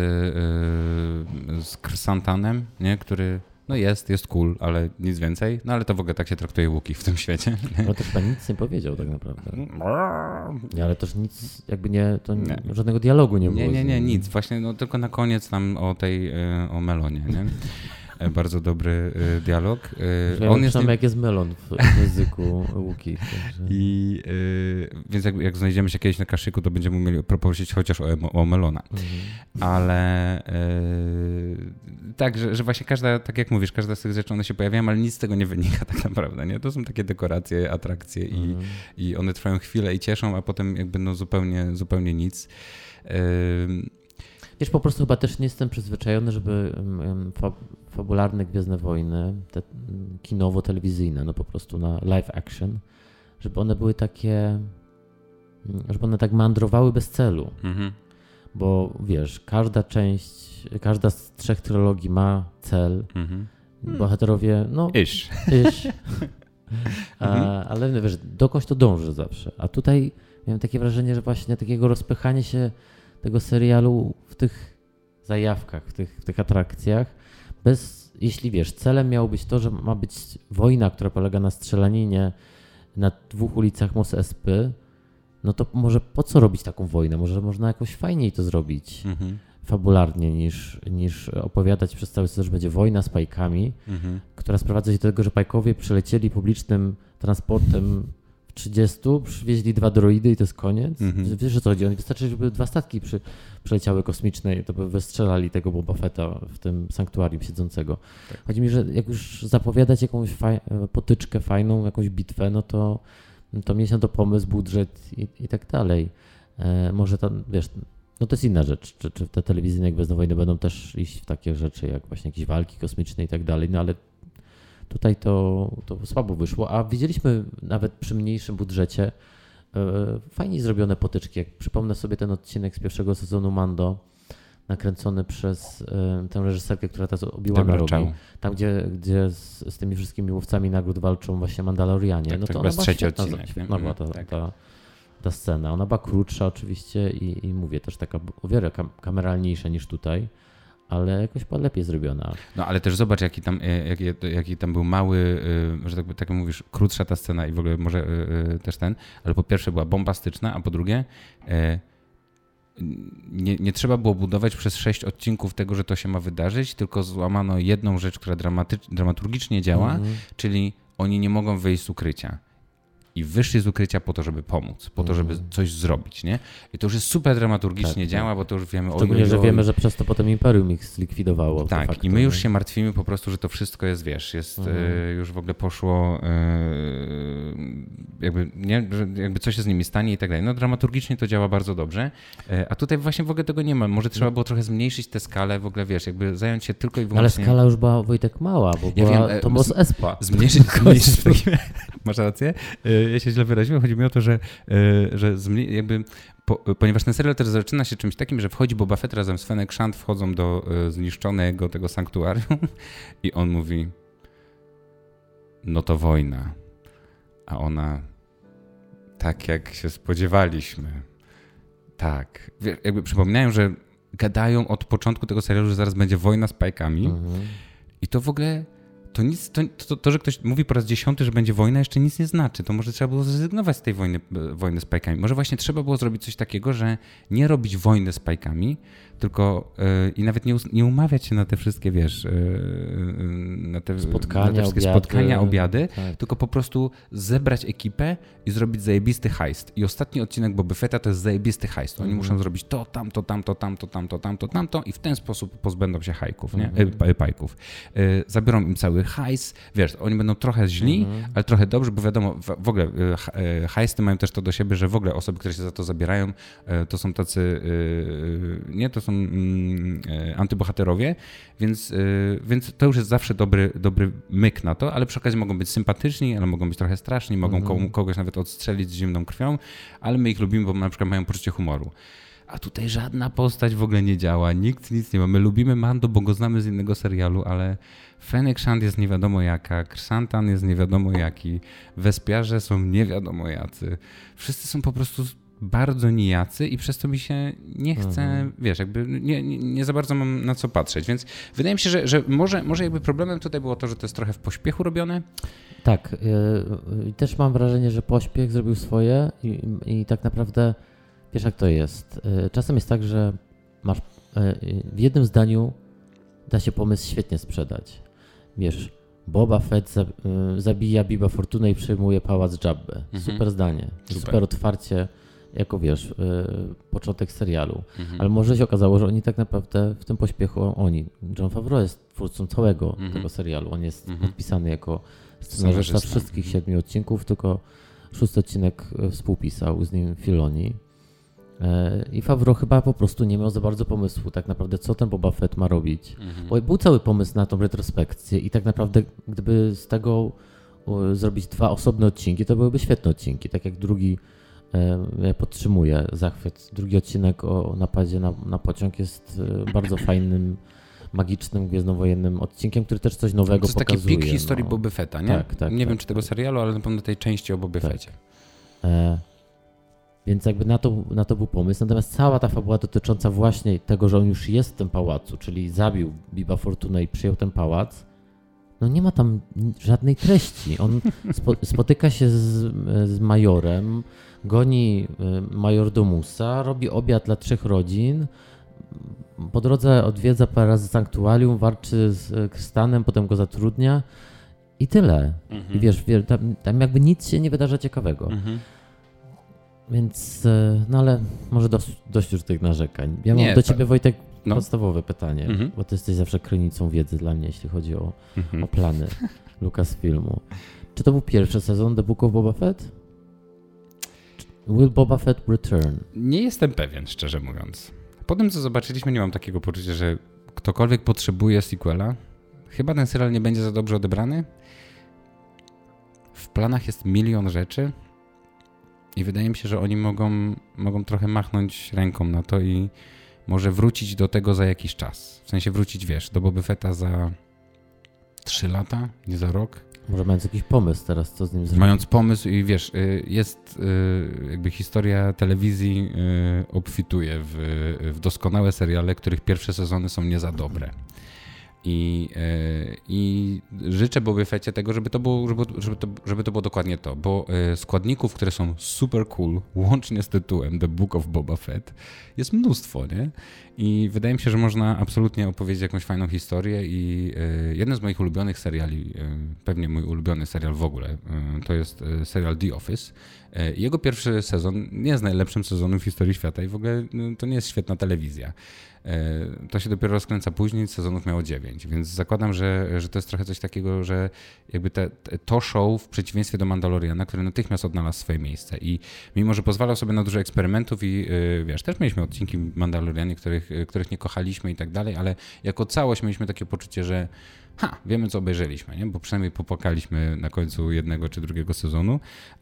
Krsantanem, nie? Który jest cool, ale nic więcej. No ale to w ogóle tak się traktuje Wookiee w tym świecie. No też pan nic nie powiedział tak naprawdę. Nie, ale też nic, żadnego dialogu nie było. Nie, nic. Właśnie tylko na koniec tam o melonie, nie? Bardzo dobry dialog. On jest jak jest melon w języku Wookiee. Więc jak znajdziemy się kiedyś na kaszyku, to będziemy mieli poprosić chociaż o melona. Ale tak, że właśnie tak jak mówisz, każda z tych rzeczy one się pojawiają, ale nic z tego nie wynika tak naprawdę. Nie? To są takie dekoracje, atrakcje i one trwają chwilę i cieszą, a potem jakby zupełnie nic. Po prostu chyba też nie jestem przyzwyczajony, żeby fabularne Gwiezdne Wojny, te kinowo-telewizyjne, po prostu na live action, żeby one były takie, żeby one tak meandrowały bez celu. Bo każda z 3 trylogii ma cel. Bohaterowie, ale dokądś to dąży zawsze. A tutaj miałem takie wrażenie, że właśnie takiego rozpychania się tego serialu w tych zajawkach, w tych atrakcjach, jeśli celem miało być to, że ma być wojna, która polega na strzelaninie na 2 ulicach Mos Espa, no to może po co robić taką wojnę? Może można jakoś fajniej to zrobić fabularnie niż opowiadać przez cały sezon, że będzie wojna z Pike'ami, która sprowadza się do tego, że Pike'owie przylecieli publicznym transportem w 30, przywieźli 2 droidy i to jest koniec. Wiesz, o co chodzi? Wystarczy, żeby 2 statki przyleciały kosmiczne i to by wystrzelali tego Boba Fetta w tym sanktuarium siedzącego. Tak. Chodzi mi, że jak już zapowiadać jakąś potyczkę fajną, jakąś bitwę, no to mieć na to pomysł, budżet i tak dalej. Może tam, to jest inna rzecz. Czy te telewizyjne Gwiezdne Wojny będą też iść w takie rzeczy, jak właśnie jakieś walki kosmiczne i tak dalej, no ale tutaj to słabo wyszło, a widzieliśmy nawet przy mniejszym budżecie fajnie zrobione potyczki. Jak przypomnę sobie ten odcinek z pierwszego sezonu Mando, nakręcony przez tę reżyserkę, która teraz Obi-Wana robi. Tam, gdzie z tymi wszystkimi łowcami nagród walczą właśnie Mandalorianie. Tak, to chyba jest 3. odcinek. Była ta scena. Ona była krótsza oczywiście i mówię, też taka o wiele kameralniejsza niż tutaj, ale jakoś lepiej zrobiona. No ale też zobacz, jaki tam był mały, że tak mówisz, krótsza ta scena i w ogóle może też ale po pierwsze była bombastyczna, a po drugie nie trzeba było budować przez 6 odcinków tego, że to się ma wydarzyć, tylko złamano jedną rzecz, która dramaturgicznie działa, czyli oni nie mogą wyjść z ukrycia. i wyszli z ukrycia po to, żeby pomóc, po to, żeby coś zrobić, nie? I to już jest super dramaturgicznie działa, bo to już wiemy... Szczególnie, że wiemy, że przez to potem Imperium ich zlikwidowało. Tak, facto, i my już się martwimy po prostu, że to wszystko jest, wiesz, już w ogóle poszło, jakby coś się z nimi stanie i tak dalej. No dramaturgicznie to działa bardzo dobrze, a tutaj właśnie w ogóle tego nie ma. Może trzeba było trochę zmniejszyć tę skalę, w ogóle, wiesz, jakby zająć się tylko i wyłącznie... Ale skala już była, Wojtek, mała, bo to Mos Espa. Zmniejszyć masz rację. Ja się źle wyraziłem. Chodzi mi o to, że jakby... Ponieważ ten serial też zaczyna się czymś takim, że wchodzi Boba Fett razem z Fennec Shand, wchodzą do zniszczonego tego sanktuarium i on mówi, no to wojna. A ona, tak jak się spodziewaliśmy. Tak. Jakby przypominają, że gadają od początku tego serialu, że zaraz będzie wojna z pajkami i to w ogóle... To, że ktoś mówi po raz 10, że będzie wojna, jeszcze nic nie znaczy. To może trzeba było zrezygnować z tej wojny z pajkami. Może właśnie trzeba było zrobić coś takiego, że nie robić wojny z pajkami, tylko i nawet nie umawiać się na te wszystkie, wiesz, na te wszystkie spotkania, obiady, tak. Tylko po prostu zebrać ekipę i zrobić zajebisty heist. I ostatni odcinek Boba Fetta to jest zajebisty heist. Oni muszą zrobić to, tamto i w ten sposób pozbędą się pajków. Zabiorą im cały hajs, wiesz, oni będą trochę źli, ale trochę dobrzy, bo wiadomo, w ogóle hajsty mają też to do siebie, że w ogóle osoby, które się za to zabierają, to są tacy, to są antybohaterowie, więc to już jest zawsze dobry myk na to, ale przy okazji mogą być sympatyczni, ale mogą być trochę straszni, mogą kogoś nawet odstrzelić z zimną krwią, ale my ich lubimy, bo na przykład mają poczucie humoru. A tutaj żadna postać w ogóle nie działa, nikt nic nie ma. My lubimy Mando, bo go znamy z innego serialu, ale Fennec Shand jest nie wiadomo jaka, Krsantan jest nie wiadomo jaki, Wespiarze są nie wiadomo jacy. Wszyscy są po prostu bardzo nijacy i przez to mi się nie chce, wiesz, jakby nie za bardzo mam na co patrzeć, więc wydaje mi się, że może jakby problemem tutaj było to, że to jest trochę w pośpiechu robione. Tak, też mam wrażenie, że pośpiech zrobił swoje i tak naprawdę wiesz jak to jest. Czasem jest tak, że masz w jednym zdaniu da się pomysł świetnie sprzedać. Wiesz, Boba Fett zabija Biba Fortuna i przejmuje pałac Jabby. Super zdanie. Super otwarcie, jako wiesz, początek serialu. Ale może się okazało, że oni tak naprawdę w tym pośpiechu, Jon Favreau jest twórcą całego tego serialu. On jest podpisany jako scenarzysta wszystkich 7 odcinków, tylko 6 odcinek współpisał z nim Filoni. I Favreau chyba po prostu nie miał za bardzo pomysłu tak naprawdę, co ten Boba Fett ma robić. Bo był cały pomysł na tą retrospekcję i tak naprawdę gdyby z tego zrobić 2 osobne odcinki, to byłyby świetne odcinki. Tak jak drugi, ja podtrzymuję zachwyt. Drugi odcinek o napadzie na pociąg jest bardzo fajnym, magicznym, gwiezdnowojennym odcinkiem, który też coś nowego pokazuje. To jest taki pik historii Boby Fetta, nie? Tak, nie wiem, czy tego serialu, ale na pewno tej części o Bobie Fetcie. Więc jakby na to był pomysł. Natomiast cała ta fabuła dotycząca właśnie tego, że on już jest w tym pałacu, czyli zabił Biba Fortuna i przyjął ten pałac, no nie ma tam żadnej treści. On spotyka się z majorem, goni majordomusa, robi obiad dla 3 rodzin, po drodze odwiedza parę razy sanktuarium, walczy z Krstanem, potem go zatrudnia i tyle. I wiesz, tam jakby nic się nie wydarza ciekawego. Więc, no ale może dość już tych narzekań. Ja mam do ciebie, Wojtek, podstawowe pytanie, bo ty jesteś zawsze krynicą wiedzy dla mnie, jeśli chodzi o plany Lucasfilmu. Czy to był pierwszy sezon The Book of Boba Fett? Will Boba Fett return? Nie jestem pewien, szczerze mówiąc. Po tym, co zobaczyliśmy, nie mam takiego poczucia, że ktokolwiek potrzebuje sequela. Chyba ten serial nie będzie za dobrze odebrany. W planach jest milion rzeczy. I wydaje mi się, że oni mogą trochę machnąć ręką na to i może wrócić do tego za jakiś czas. W sensie wrócić, wiesz, do Boby Fetta za 3 lata, nie za rok. Może mając jakiś pomysł teraz, co z nim zrobić. Mając pomysł i wiesz, jest jakby historia telewizji obfituje w doskonałe seriale, których pierwsze sezony są nie za dobre. I życzę Bobie Fetcie tego, żeby to było dokładnie to, bo składników, które są super cool, łącznie z tytułem The Book of Boba Fett, jest mnóstwo, nie? I wydaje mi się, że można absolutnie opowiedzieć jakąś fajną historię i jeden z moich ulubionych seriali, pewnie mój ulubiony serial w ogóle, to jest serial The Office. Jego pierwszy sezon nie jest najlepszym sezonem w historii świata i w ogóle to nie jest świetna telewizja. To się dopiero rozkręca później, sezonów miało 9, więc zakładam, że to jest trochę coś takiego, że jakby to show w przeciwieństwie do Mandaloriana, który natychmiast odnalazł swoje miejsce i mimo, że pozwalał sobie na dużo eksperymentów i wiesz, też mieliśmy odcinki Mandalorianie, których nie kochaliśmy i tak dalej, ale jako całość mieliśmy takie poczucie, że wiemy co obejrzeliśmy, nie? Bo przynajmniej popłakaliśmy na końcu jednego czy drugiego sezonu,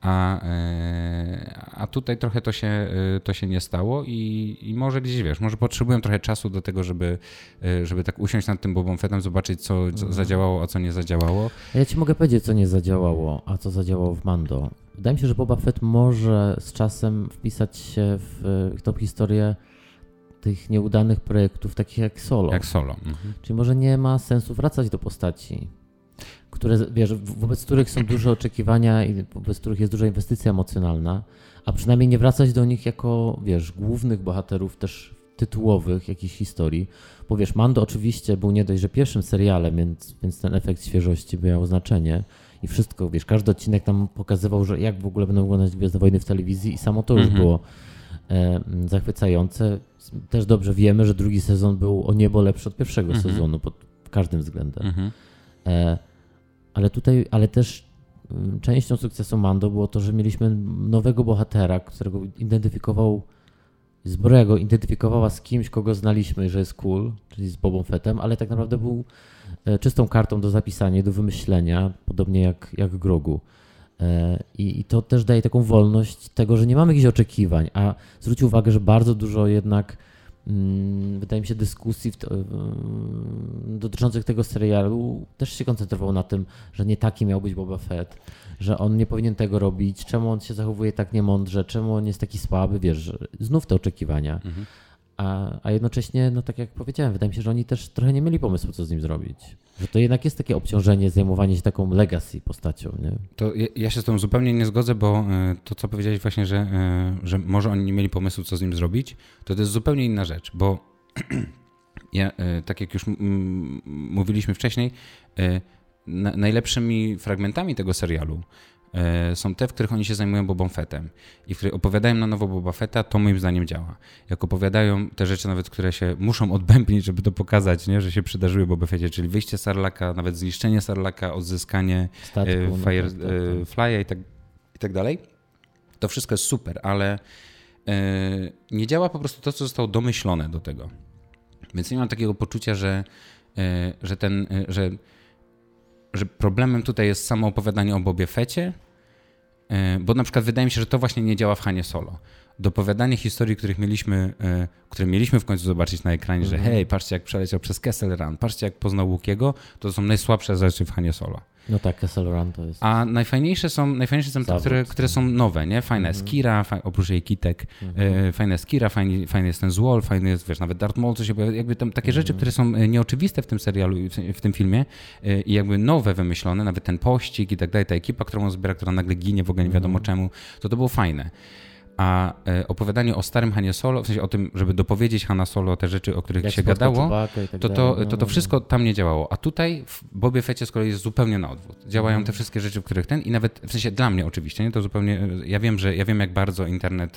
a tutaj trochę to się nie stało i może gdzieś, wiesz, może potrzebują trochę czasu do tego, żeby tak usiąść nad tym Bobą Fettem, zobaczyć co zadziałało, a co nie zadziałało. Ja ci mogę powiedzieć, co nie zadziałało, a co zadziałało w Mando. Wydaje mi się, że Boba Fett może z czasem wpisać się w tą historię tych nieudanych projektów, takich jak Solo. Czyli może nie ma sensu wracać do postaci, które, wiesz, wobec których są duże oczekiwania i wobec których jest duża inwestycja emocjonalna, a przynajmniej nie wracać do nich jako, wiesz, głównych bohaterów też tytułowych jakichś historii. Bo wiesz, Mando oczywiście był nie dość, że pierwszym serialem, więc ten efekt świeżości miał znaczenie i wszystko, wiesz, każdy odcinek tam pokazywał, że jak w ogóle będą wyglądać Gwiezdne Wojny w telewizji i samo to już było zachwycające. Też dobrze wiemy, że drugi sezon był o niebo lepszy od pierwszego sezonu pod każdym względem. Ale też częścią sukcesu Mando było to, że mieliśmy nowego bohatera, którego Zbroja go identyfikowała z kimś, kogo znaliśmy, że jest cool, czyli z Bobą Fettem, ale tak naprawdę był czystą kartą do zapisania, do wymyślenia, podobnie jak Grogu. I to też daje taką wolność tego, że nie mamy jakichś oczekiwań, a zwróć uwagę, że bardzo dużo jednak wydaje mi się dyskusji dotyczących tego serialu też się koncentrowało na tym, że nie taki miał być Boba Fett, że on nie powinien tego robić, czemu on się zachowuje tak niemądrze, czemu on jest taki słaby, wiesz, znów te oczekiwania. A jednocześnie, no tak jak powiedziałem, wydaje mi się, że oni też trochę nie mieli pomysłu, co z nim zrobić. Że to jednak jest takie obciążenie, zajmowanie się taką legacy postacią, nie? To ja się z tą zupełnie nie zgodzę, bo to, co powiedziałeś właśnie, że może oni nie mieli pomysłu, co z nim zrobić, to jest zupełnie inna rzecz, bo ja, tak jak już mówiliśmy wcześniej, najlepszymi fragmentami tego serialu są te, w których oni się zajmują Bobą Fettem i w których opowiadają na nowo Boba Fetta, to moim zdaniem działa. Jak opowiadają te rzeczy nawet, które się muszą odbębnić, żeby to pokazać, nie? Że się przydarzyły Boba Fetcie, czyli wyjście Sarlacca, nawet zniszczenie Sarlacca, odzyskanie Firefly'a i tak dalej. To wszystko jest super, ale nie działa po prostu to, co zostało domyślone do tego. Więc nie mam takiego poczucia, że problemem tutaj jest samo opowiadanie o Bobie Fetcie, bo na przykład wydaje mi się, że to właśnie nie działa w Hanie Solo. Dopowiadanie historii, które mieliśmy w końcu zobaczyć na ekranie, że hej, patrzcie jak przeleciał przez Kessel Run, patrzcie jak poznał Łukiego, to są najsłabsze rzeczy w Hanie Solo. No tak, Kessel Run to jest... A najfajniejsze są te, które są nowe, nie? Fajna jest Kira, oprócz jej kitek, fajna jest Kira, fajny jest ten Złol, fajny jest, wiesz, nawet Darth Maul, co się pojawia, jakby tam takie rzeczy, które są nieoczywiste w tym serialu, w tym filmie i jakby nowe wymyślone, nawet ten pościg i tak dalej, ta ekipa, którą on zbiera, która nagle ginie w ogóle nie wiadomo czemu, to było fajne. A opowiadanie o starym Hanie Solo, w sensie o tym, żeby dopowiedzieć Hanna Solo te rzeczy, o których się gadało, to wszystko tam nie działało. A tutaj w Bobie Fetcie z kolei jest zupełnie na odwrót. Działają te wszystkie rzeczy, w których i nawet, w sensie dla mnie oczywiście, nie, to zupełnie, ja wiem jak bardzo internet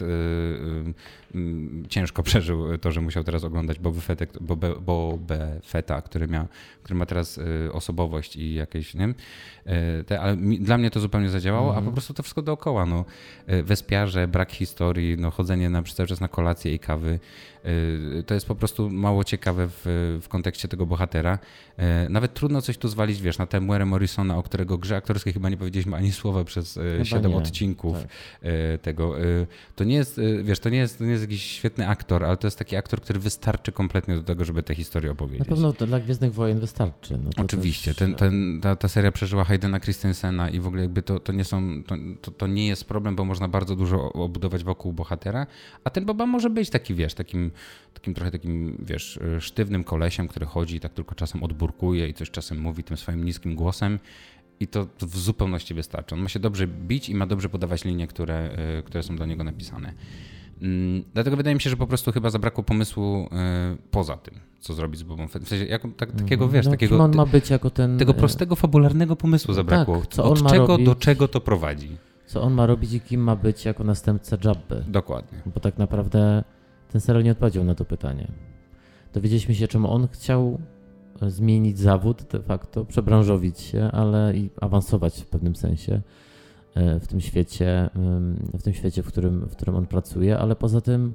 ciężko przeżył to, że musiał teraz oglądać Bobę Fetta, który ma teraz osobowość i jakieś, nie? Ale dla mnie to zupełnie zadziałało, a po prostu to wszystko dookoła, no, Wespiarze, brak historii, no, chodzenie cały czas na kolację i kawy, to jest po prostu mało ciekawe w kontekście tego bohatera. Nawet trudno coś tu zwalić, wiesz, na Temuera Morrisona, o którego grze aktorskiej chyba nie powiedzieliśmy ani słowa przez 7 odcinków tego. To nie jest, wiesz, to nie jest jakiś świetny aktor, ale to jest taki aktor, który wystarczy kompletnie do tego, żeby tę historię opowiedzieć. Na pewno to dla Gwiezdnych Wojen wystarczy. No to oczywiście. Ta seria przeżyła Haydena Christensena i w ogóle jakby to nie jest problem, bo można bardzo dużo obudować budować wokół bohatera, a ten Boba może być taki, wiesz, takim trochę takim, wiesz, sztywnym kolesiem, który chodzi i tak tylko czasem odburkuje i coś czasem mówi tym swoim niskim głosem i to w zupełności wystarczy. On ma się dobrze bić i ma dobrze podawać linie, które są dla niego napisane. Dlatego wydaje mi się, że po prostu chyba zabrakło pomysłu poza tym, co zrobić z Bobą Fett. W sensie takiego, wiesz, takiego on ma być jako ten... tego prostego, fabularnego pomysłu zabrakło. Tak, co on ma czego robić, do czego to prowadzi. Co on ma robić i kim ma być jako następca Jabby. Dokładnie. Bo tak naprawdę ten serial nie odpowiedział na to pytanie. Dowiedzieliśmy się, czemu on chciał zmienić zawód de facto, przebranżowić się, ale i awansować w pewnym sensie w tym świecie, w którym on pracuje, ale poza tym,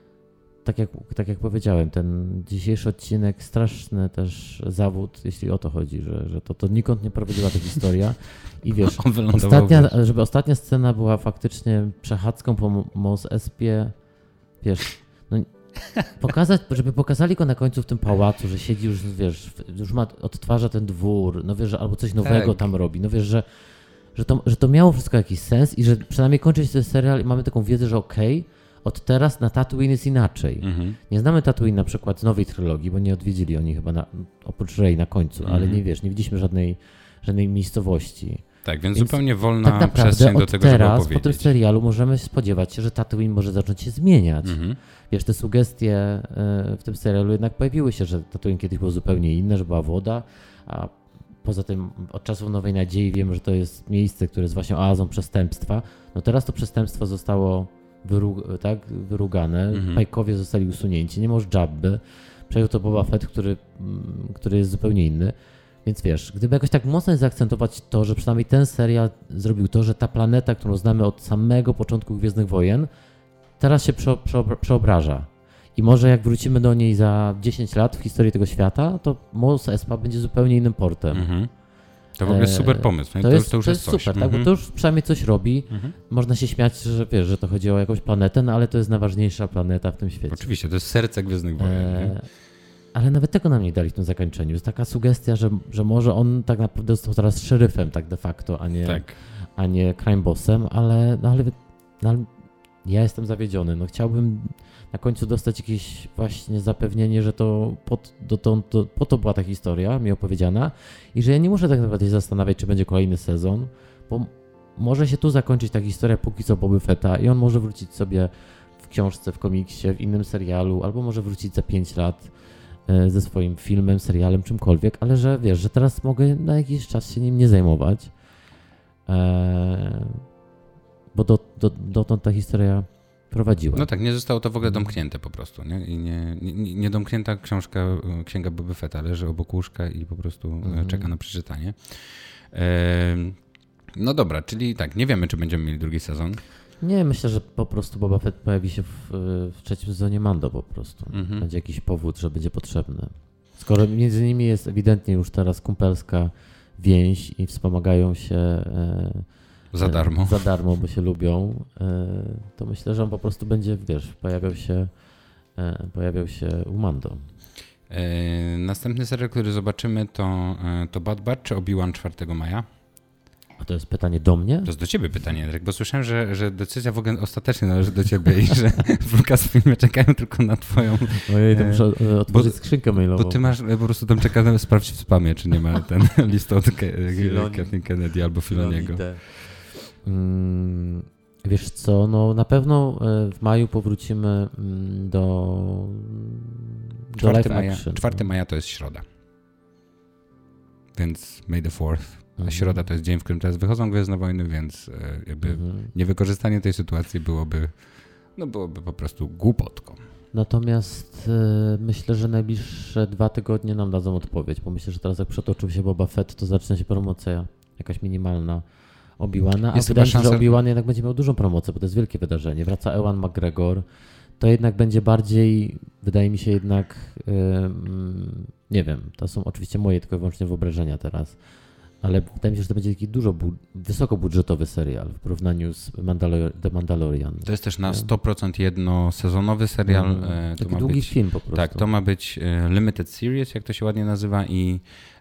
tak jak powiedziałem, ten dzisiejszy odcinek, straszny też zawód, jeśli o to chodzi, że to nikąd nie prowadziła ta historia i wiesz, żeby ostatnia scena była faktycznie przechadzką po Mos Espie, wiesz, no, żeby pokazali go na końcu w tym pałacu, że siedzi już, wiesz, już odtwarza ten dwór, no wiesz, że albo coś nowego tam robi, no wiesz, że to miało wszystko jakiś sens i że przynajmniej kończy się ten serial i mamy taką wiedzę, że od teraz na Tatooine jest inaczej. Nie znamy Tatooine na przykład z nowej trylogii, bo nie odwiedzili oni chyba oprócz Rey na końcu, ale nie widzieliśmy żadnej miejscowości. Tak, więc zupełnie wolna tak przestrzeń do tego, teraz, żeby opowiedzieć. Po tym serialu możemy spodziewać się, że Tatooine może zacząć się zmieniać. Wiesz, te sugestie w tym serialu jednak pojawiły się, że Tatooine kiedyś było zupełnie inne, że była woda, a poza tym od czasów Nowej Nadziei wiemy, że to jest miejsce, które jest właśnie oazą przestępstwa. No teraz to przestępstwo zostało wyrugane, Pike'owie zostali usunięci, nie ma już Jabby, przejął to Boba Fett, który jest zupełnie inny. Więc wiesz, gdyby jakoś tak mocno zaakcentować to, że przynajmniej ten serial zrobił to, że ta planeta, którą znamy od samego początku Gwiezdnych Wojen, teraz się przeobraża. I może jak wrócimy do niej za 10 lat w historii tego świata, to Mos Espa będzie zupełnie innym portem. To w ogóle jest super pomysł. To już jest coś. Super, tak? Bo to już przynajmniej coś robi. Można się śmiać, że wiesz, że to chodzi o jakąś planetę, no ale to jest najważniejsza planeta w tym świecie. Oczywiście, to jest serce Gwiezdnych Wojen. Ale nawet tego nam nie dali w tym zakończeniu. Jest taka sugestia, że może on tak naprawdę został teraz szeryfem tak de facto, a nie crime bossem, ale ja jestem zawiedziony. No chciałbym na końcu dostać jakieś właśnie zapewnienie, że to po to była ta historia mi opowiedziana i że ja nie muszę tak naprawdę się zastanawiać, czy będzie kolejny sezon, bo może się tu zakończyć ta historia póki co Boby Fetta i on może wrócić sobie w książce, w komiksie, w innym serialu, albo może wrócić za 5 lat ze swoim filmem, serialem, czymkolwiek, ale że wiesz, że teraz mogę na jakiś czas się nim nie zajmować, bo dotąd ta historia prowadziła. No tak, nie zostało to w ogóle domknięte po prostu, nie? I nie domknięta księga Boby Fetta leży obok łóżka i po prostu czeka na przeczytanie. No dobra, czyli tak, nie wiemy, czy będziemy mieli drugi sezon. Nie, myślę, że po prostu Boba Fett pojawi się w trzecim sezonie Mando po prostu. Będzie jakiś powód, że będzie potrzebny. Skoro między nimi jest ewidentnie już teraz kumpelska więź i wspomagają się za darmo, bo się lubią, to myślę, że on po prostu będzie, wiesz, pojawiał się u Mando. Następny serial, który zobaczymy to Bad Batch czy Obi-Wan 4 maja? A to jest pytanie do mnie? To jest do ciebie pytanie, Edek, bo słyszałem, że decyzja w ogóle ostatecznie należy do ciebie i że w Lucasfilmie czekają tylko na twoją... Ojej, to muszę otworzyć skrzynkę mailową. Bo ty masz, po prostu tam czeka, sprawdź w spamie, czy nie ma ten list od Kathleen Kennedy albo Filoniego. Wiesz co, no na pewno w maju powrócimy do live action. 4 maja to jest środa. Więc May the 4th. A środa to jest dzień, w którym teraz wychodzą Gwiezdne Wojny, więc jakby niewykorzystanie tej sytuacji byłoby po prostu głupotką. Natomiast myślę, że najbliższe 2 tygodnie nam dadzą odpowiedź, bo myślę, że teraz jak przetoczył się Boba Fett, to zaczyna się promocja jakaś minimalna Obi-Wana, a wydaje mi się, że Obi-Wan jednak będzie miał dużą promocję, bo to jest wielkie wydarzenie. Wraca Ewan McGregor, to jednak będzie bardziej, wydaje mi się jednak, nie wiem, to są oczywiście moje tylko i wyłącznie wyobrażenia teraz, Ale wydaje mi się, że to będzie taki wysokobudżetowy serial w porównaniu z The Mandalorian. To jest też na 100% jednosezonowy serial. Taki długi film po prostu. Tak, to ma być limited series, jak to się ładnie nazywa i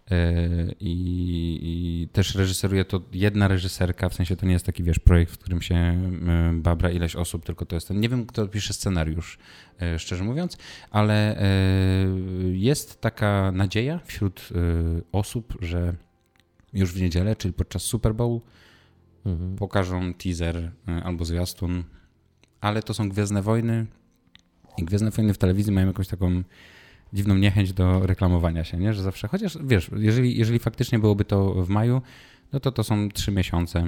też reżyseruje to jedna reżyserka, w sensie to nie jest taki, projekt, w którym się babra ileś osób, tylko to jest nie wiem, kto pisze scenariusz, szczerze mówiąc, ale jest taka nadzieja wśród osób, że już w niedzielę, czyli podczas Super Bowl pokażą teaser albo zwiastun, ale to są Gwiezdne Wojny i Gwiezdne Wojny w telewizji mają jakąś taką dziwną niechęć do reklamowania się, nie? Że zawsze, chociaż wiesz, jeżeli faktycznie byłoby to w maju, no to są 3 miesiące,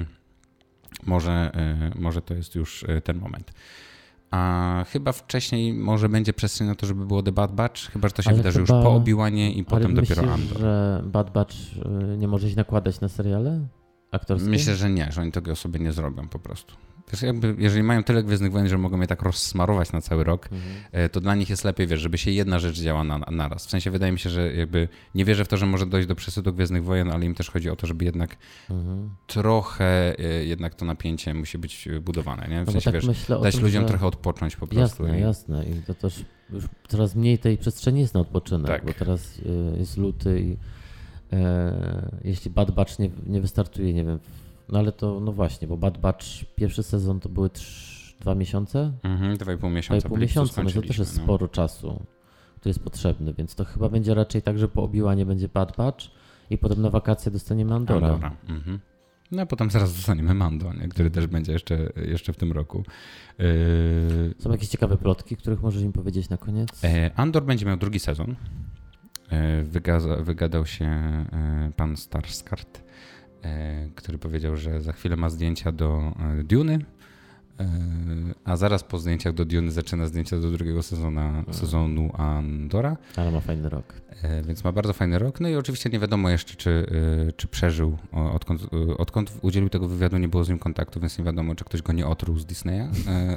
może to jest już ten moment. A chyba wcześniej może będzie przestrzeń na to, żeby było The Bad Batch, chyba że to się wydarzy już po Obi-Wanie i potem dopiero Andor. Myślisz, że Bad Batch nie może się nakładać na seriale aktorskie? Myślę, że nie, że oni tego sobie nie zrobią po prostu. Wiesz, jeżeli mają tyle Gwiezdnych Wojen, że mogą je tak rozsmarować na cały rok, to dla nich jest lepiej, żeby się jedna rzecz działa naraz. W sensie wydaje mi się, że nie wierzę w to, że może dojść do przesytu Gwiezdnych Wojen, ale im też chodzi o to, żeby jednak trochę to napięcie musi być budowane. Nie? W sensie, tak dać ludziom trochę odpocząć po prostu. Jasne. I to też już coraz mniej tej przestrzeni jest na odpoczynek, tak. Bo teraz jest luty i jeśli Bad Batch nie wystartuje, nie wiem, no ale to, no właśnie, bo Bad Batch pierwszy sezon to były 2 miesiące? 2,5 miesiąca. 2,5 miesiąca, no to też jest sporo czasu, który jest potrzebny, więc to chyba będzie raczej tak, że po Obi-Wanie będzie Bad Batch i potem na wakacje dostaniemy Andora. No a potem zaraz dostaniemy Mando, nie? Który też będzie jeszcze w tym roku. Są jakieś ciekawe plotki, których możesz im powiedzieć na koniec? Andor będzie miał drugi sezon. Wygadał się pan Skarsgård, który powiedział, że za chwilę ma zdjęcia do Duny, a zaraz po zdjęciach do Duny zaczyna zdjęcia do drugiego sezonu Andora. Ale ma fajny rok. Więc ma bardzo fajny rok. No i oczywiście nie wiadomo jeszcze, czy przeżył. Odkąd udzielił tego wywiadu, nie było z nim kontaktu, więc nie wiadomo, czy ktoś go nie otruł z Disneya.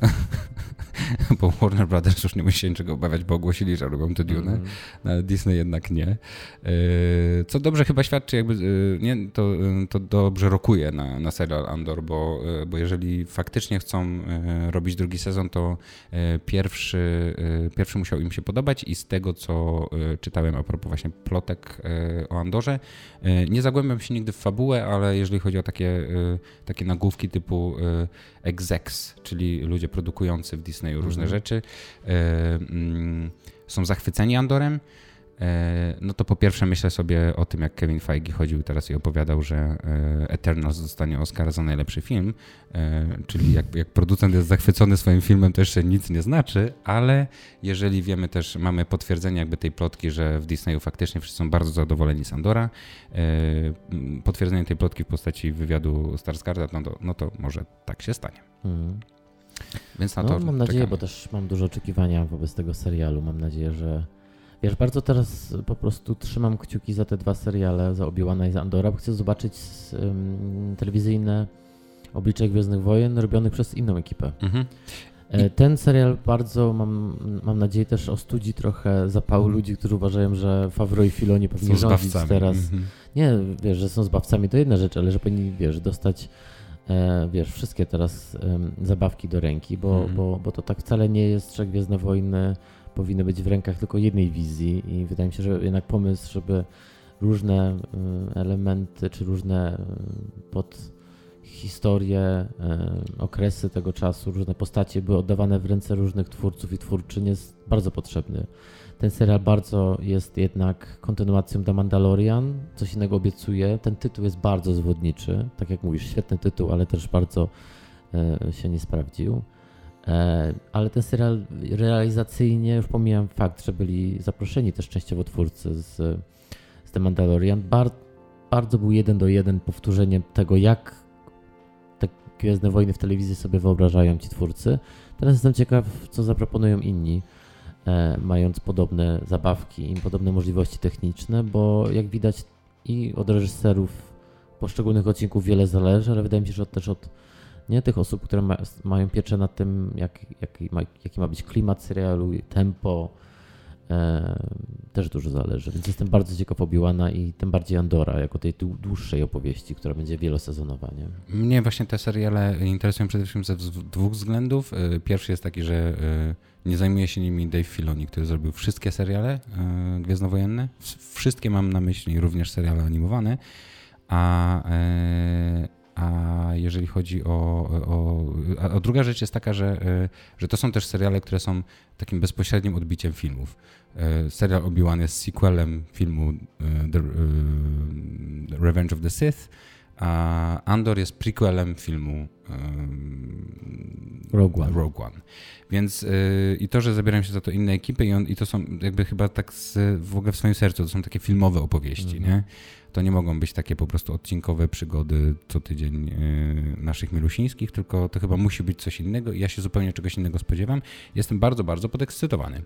Bo Warner Brothers już nie musi się niczego obawiać, bo ogłosili, że robią tę Dunę. No, Disney jednak nie. Co dobrze chyba świadczy, to dobrze rokuje na serial Andor, bo jeżeli faktycznie chcą robić drugi sezon, to pierwszy musiał im się podobać i z tego, co czytałem a propos właśnie plotek o Andorze, nie zagłębiam się nigdy w fabułę, ale jeżeli chodzi o takie nagłówki typu execs, czyli ludzie produkujący w Disneyu różne rzeczy, są zachwyceni Andorem, no to po pierwsze myślę sobie o tym, jak Kevin Feige chodził teraz i opowiadał, że Eternals dostanie Oscara za najlepszy film, czyli jak producent jest zachwycony swoim filmem, to jeszcze nic nie znaczy, ale jeżeli wiemy też, mamy potwierdzenie jakby tej plotki, że w Disneyu faktycznie wszyscy są bardzo zadowoleni z Andora, potwierdzenie tej plotki w postaci wywiadu Skarsgårda, no to może tak się stanie. Więc na to mam nadzieję, czekamy. bo też mam duże oczekiwania wobec tego serialu. Mam nadzieję, że wiesz, bardzo teraz po prostu trzymam kciuki za te 2 seriale, za Obi-Wana i za Andora, bo chcę zobaczyć telewizyjne oblicze Gwiezdnych Wojen robionych przez inną ekipę. Ten serial bardzo, mam nadzieję, też ostudzi trochę zapału ludzi, którzy uważają, że Favreau i Filoni powinni rządzić teraz. Nie, wiesz, że są zbawcami, to jedna rzecz, ale że powinni, wiesz, dostać wszystkie teraz zabawki do ręki, bo to tak wcale nie jest, że Gwiezdne Wojny powinny być w rękach tylko jednej wizji i wydaje mi się, że jednak pomysł, żeby różne elementy czy różne podhistorie, okresy tego czasu, różne postacie były oddawane w ręce różnych twórców i twórczyń jest bardzo potrzebny. Ten serial bardzo jest jednak kontynuacją The Mandalorian, coś innego obiecuje. Ten tytuł jest bardzo zwodniczy, tak jak mówisz, świetny tytuł, ale też bardzo się nie sprawdził. Ale ten serial realizacyjnie, już pomijam fakt, że byli zaproszeni też częściowo twórcy z The Mandalorian, bardzo był 1:1 powtórzeniem tego, jak te Gwiezdne Wojny w telewizji sobie wyobrażają ci twórcy. Teraz jestem ciekaw, co zaproponują inni, mając podobne zabawki i podobne możliwości techniczne, bo jak widać i od reżyserów poszczególnych odcinków wiele zależy, ale wydaje mi się, że też od tych osób, które mają pieczę nad tym, jaki ma być klimat serialu, tempo, też dużo zależy. Więc jestem bardzo ciekaw Obi-Wana i tym bardziej Andora, jako tej dłuższej opowieści, która będzie wielosezonowa. Nie? Mnie właśnie te seriale interesują przede wszystkim ze dwóch względów. Pierwszy jest taki, że nie zajmuje się nimi Dave Filoni, który zrobił wszystkie seriale gwiezdnowojenne. Wszystkie mam na myśli, również seriale animowane. A jeżeli chodzi a druga rzecz jest taka, że to są też seriale, które są takim bezpośrednim odbiciem filmów. Serial Obi-Wan jest sequelem filmu The Revenge of the Sith, a Andor jest prequelem filmu Rogue One. Więc i to, że zabierają się za to inne ekipy i to są jakby chyba tak w ogóle w swoim sercu, to są takie filmowe opowieści, nie? To nie mogą być takie po prostu odcinkowe przygody co tydzień naszych Milusińskich, tylko to chyba musi być coś innego i ja się zupełnie czegoś innego spodziewam. Jestem bardzo, bardzo podekscytowany.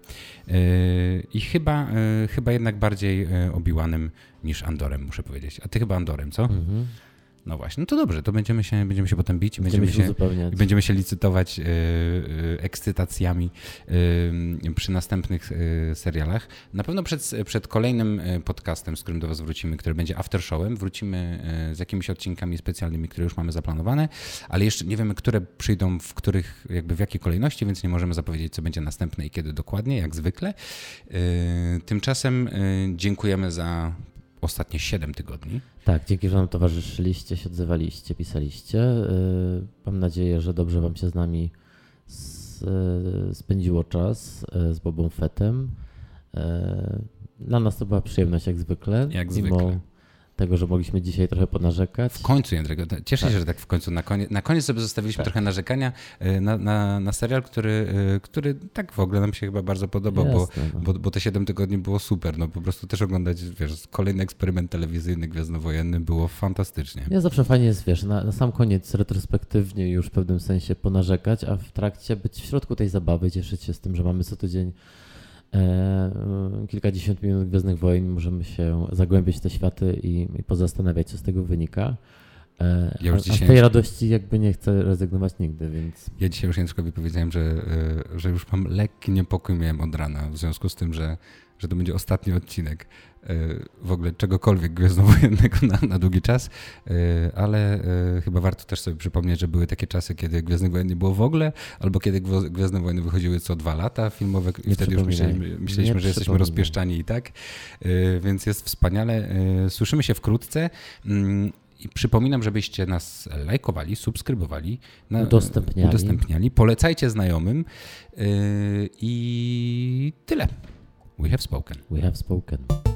I chyba jednak bardziej Obi-Wanem niż Andorem, muszę powiedzieć. A ty chyba Andorem, co? Mhm. No właśnie, no to dobrze, to będziemy się potem bić i będziemy się licytować ekscytacjami przy następnych serialach. Na pewno przed kolejnym podcastem, z którym do was wrócimy, który będzie aftershowem, wrócimy z jakimiś odcinkami specjalnymi, które już mamy zaplanowane, ale jeszcze nie wiemy, które przyjdą w jakiej kolejności, więc nie możemy zapowiedzieć, co będzie następne i kiedy dokładnie, jak zwykle. Tymczasem dziękujemy za ostatnie 7 tygodni. Tak, dzięki, że nam towarzyszyliście, się odzywaliście, pisaliście. Mam nadzieję, że dobrze wam się z nami spędziło czas z Bobą Fettem. Dla nas to była przyjemność jak zwykle. Mimo tego, że mogliśmy dzisiaj trochę ponarzekać. W końcu, Jędrek, cieszę się, że tak w końcu na koniec sobie zostawiliśmy trochę narzekania na serial, który tak w ogóle nam się chyba bardzo podobał, bo te 7 tygodni było super. No po prostu też oglądać, kolejny eksperyment telewizyjny gwiezdnowojenny było fantastycznie. Ja zawsze fajnie jest, na sam koniec retrospektywnie już w pewnym sensie ponarzekać, a w trakcie być w środku tej zabawy, cieszyć się z tym, że mamy co tydzień kilkadziesiąt minut Gwiezdnych Wojen, możemy się zagłębić w te światy i pozastanawiać, co z tego wynika. A z tej radości jakby nie chcę rezygnować nigdy, więc... Ja dzisiaj już Jędrkowi powiedziałem, że już mam lekki niepokój miałem od rana, w związku z tym, że to będzie ostatni odcinek w ogóle czegokolwiek gwiezdnowojennego na długi czas, ale chyba warto też sobie przypomnieć, że były takie czasy, kiedy Gwiezdnych Wojen nie było w ogóle, albo kiedy Gwiezdne Wojny wychodziły co 2 lata filmowe i wtedy już myśleliśmy, że jesteśmy rozpieszczani i tak, więc jest wspaniale. Słyszymy się wkrótce. I przypominam, żebyście nas lajkowali, subskrybowali, udostępniali, polecajcie znajomym i tyle. We have spoken. We have spoken.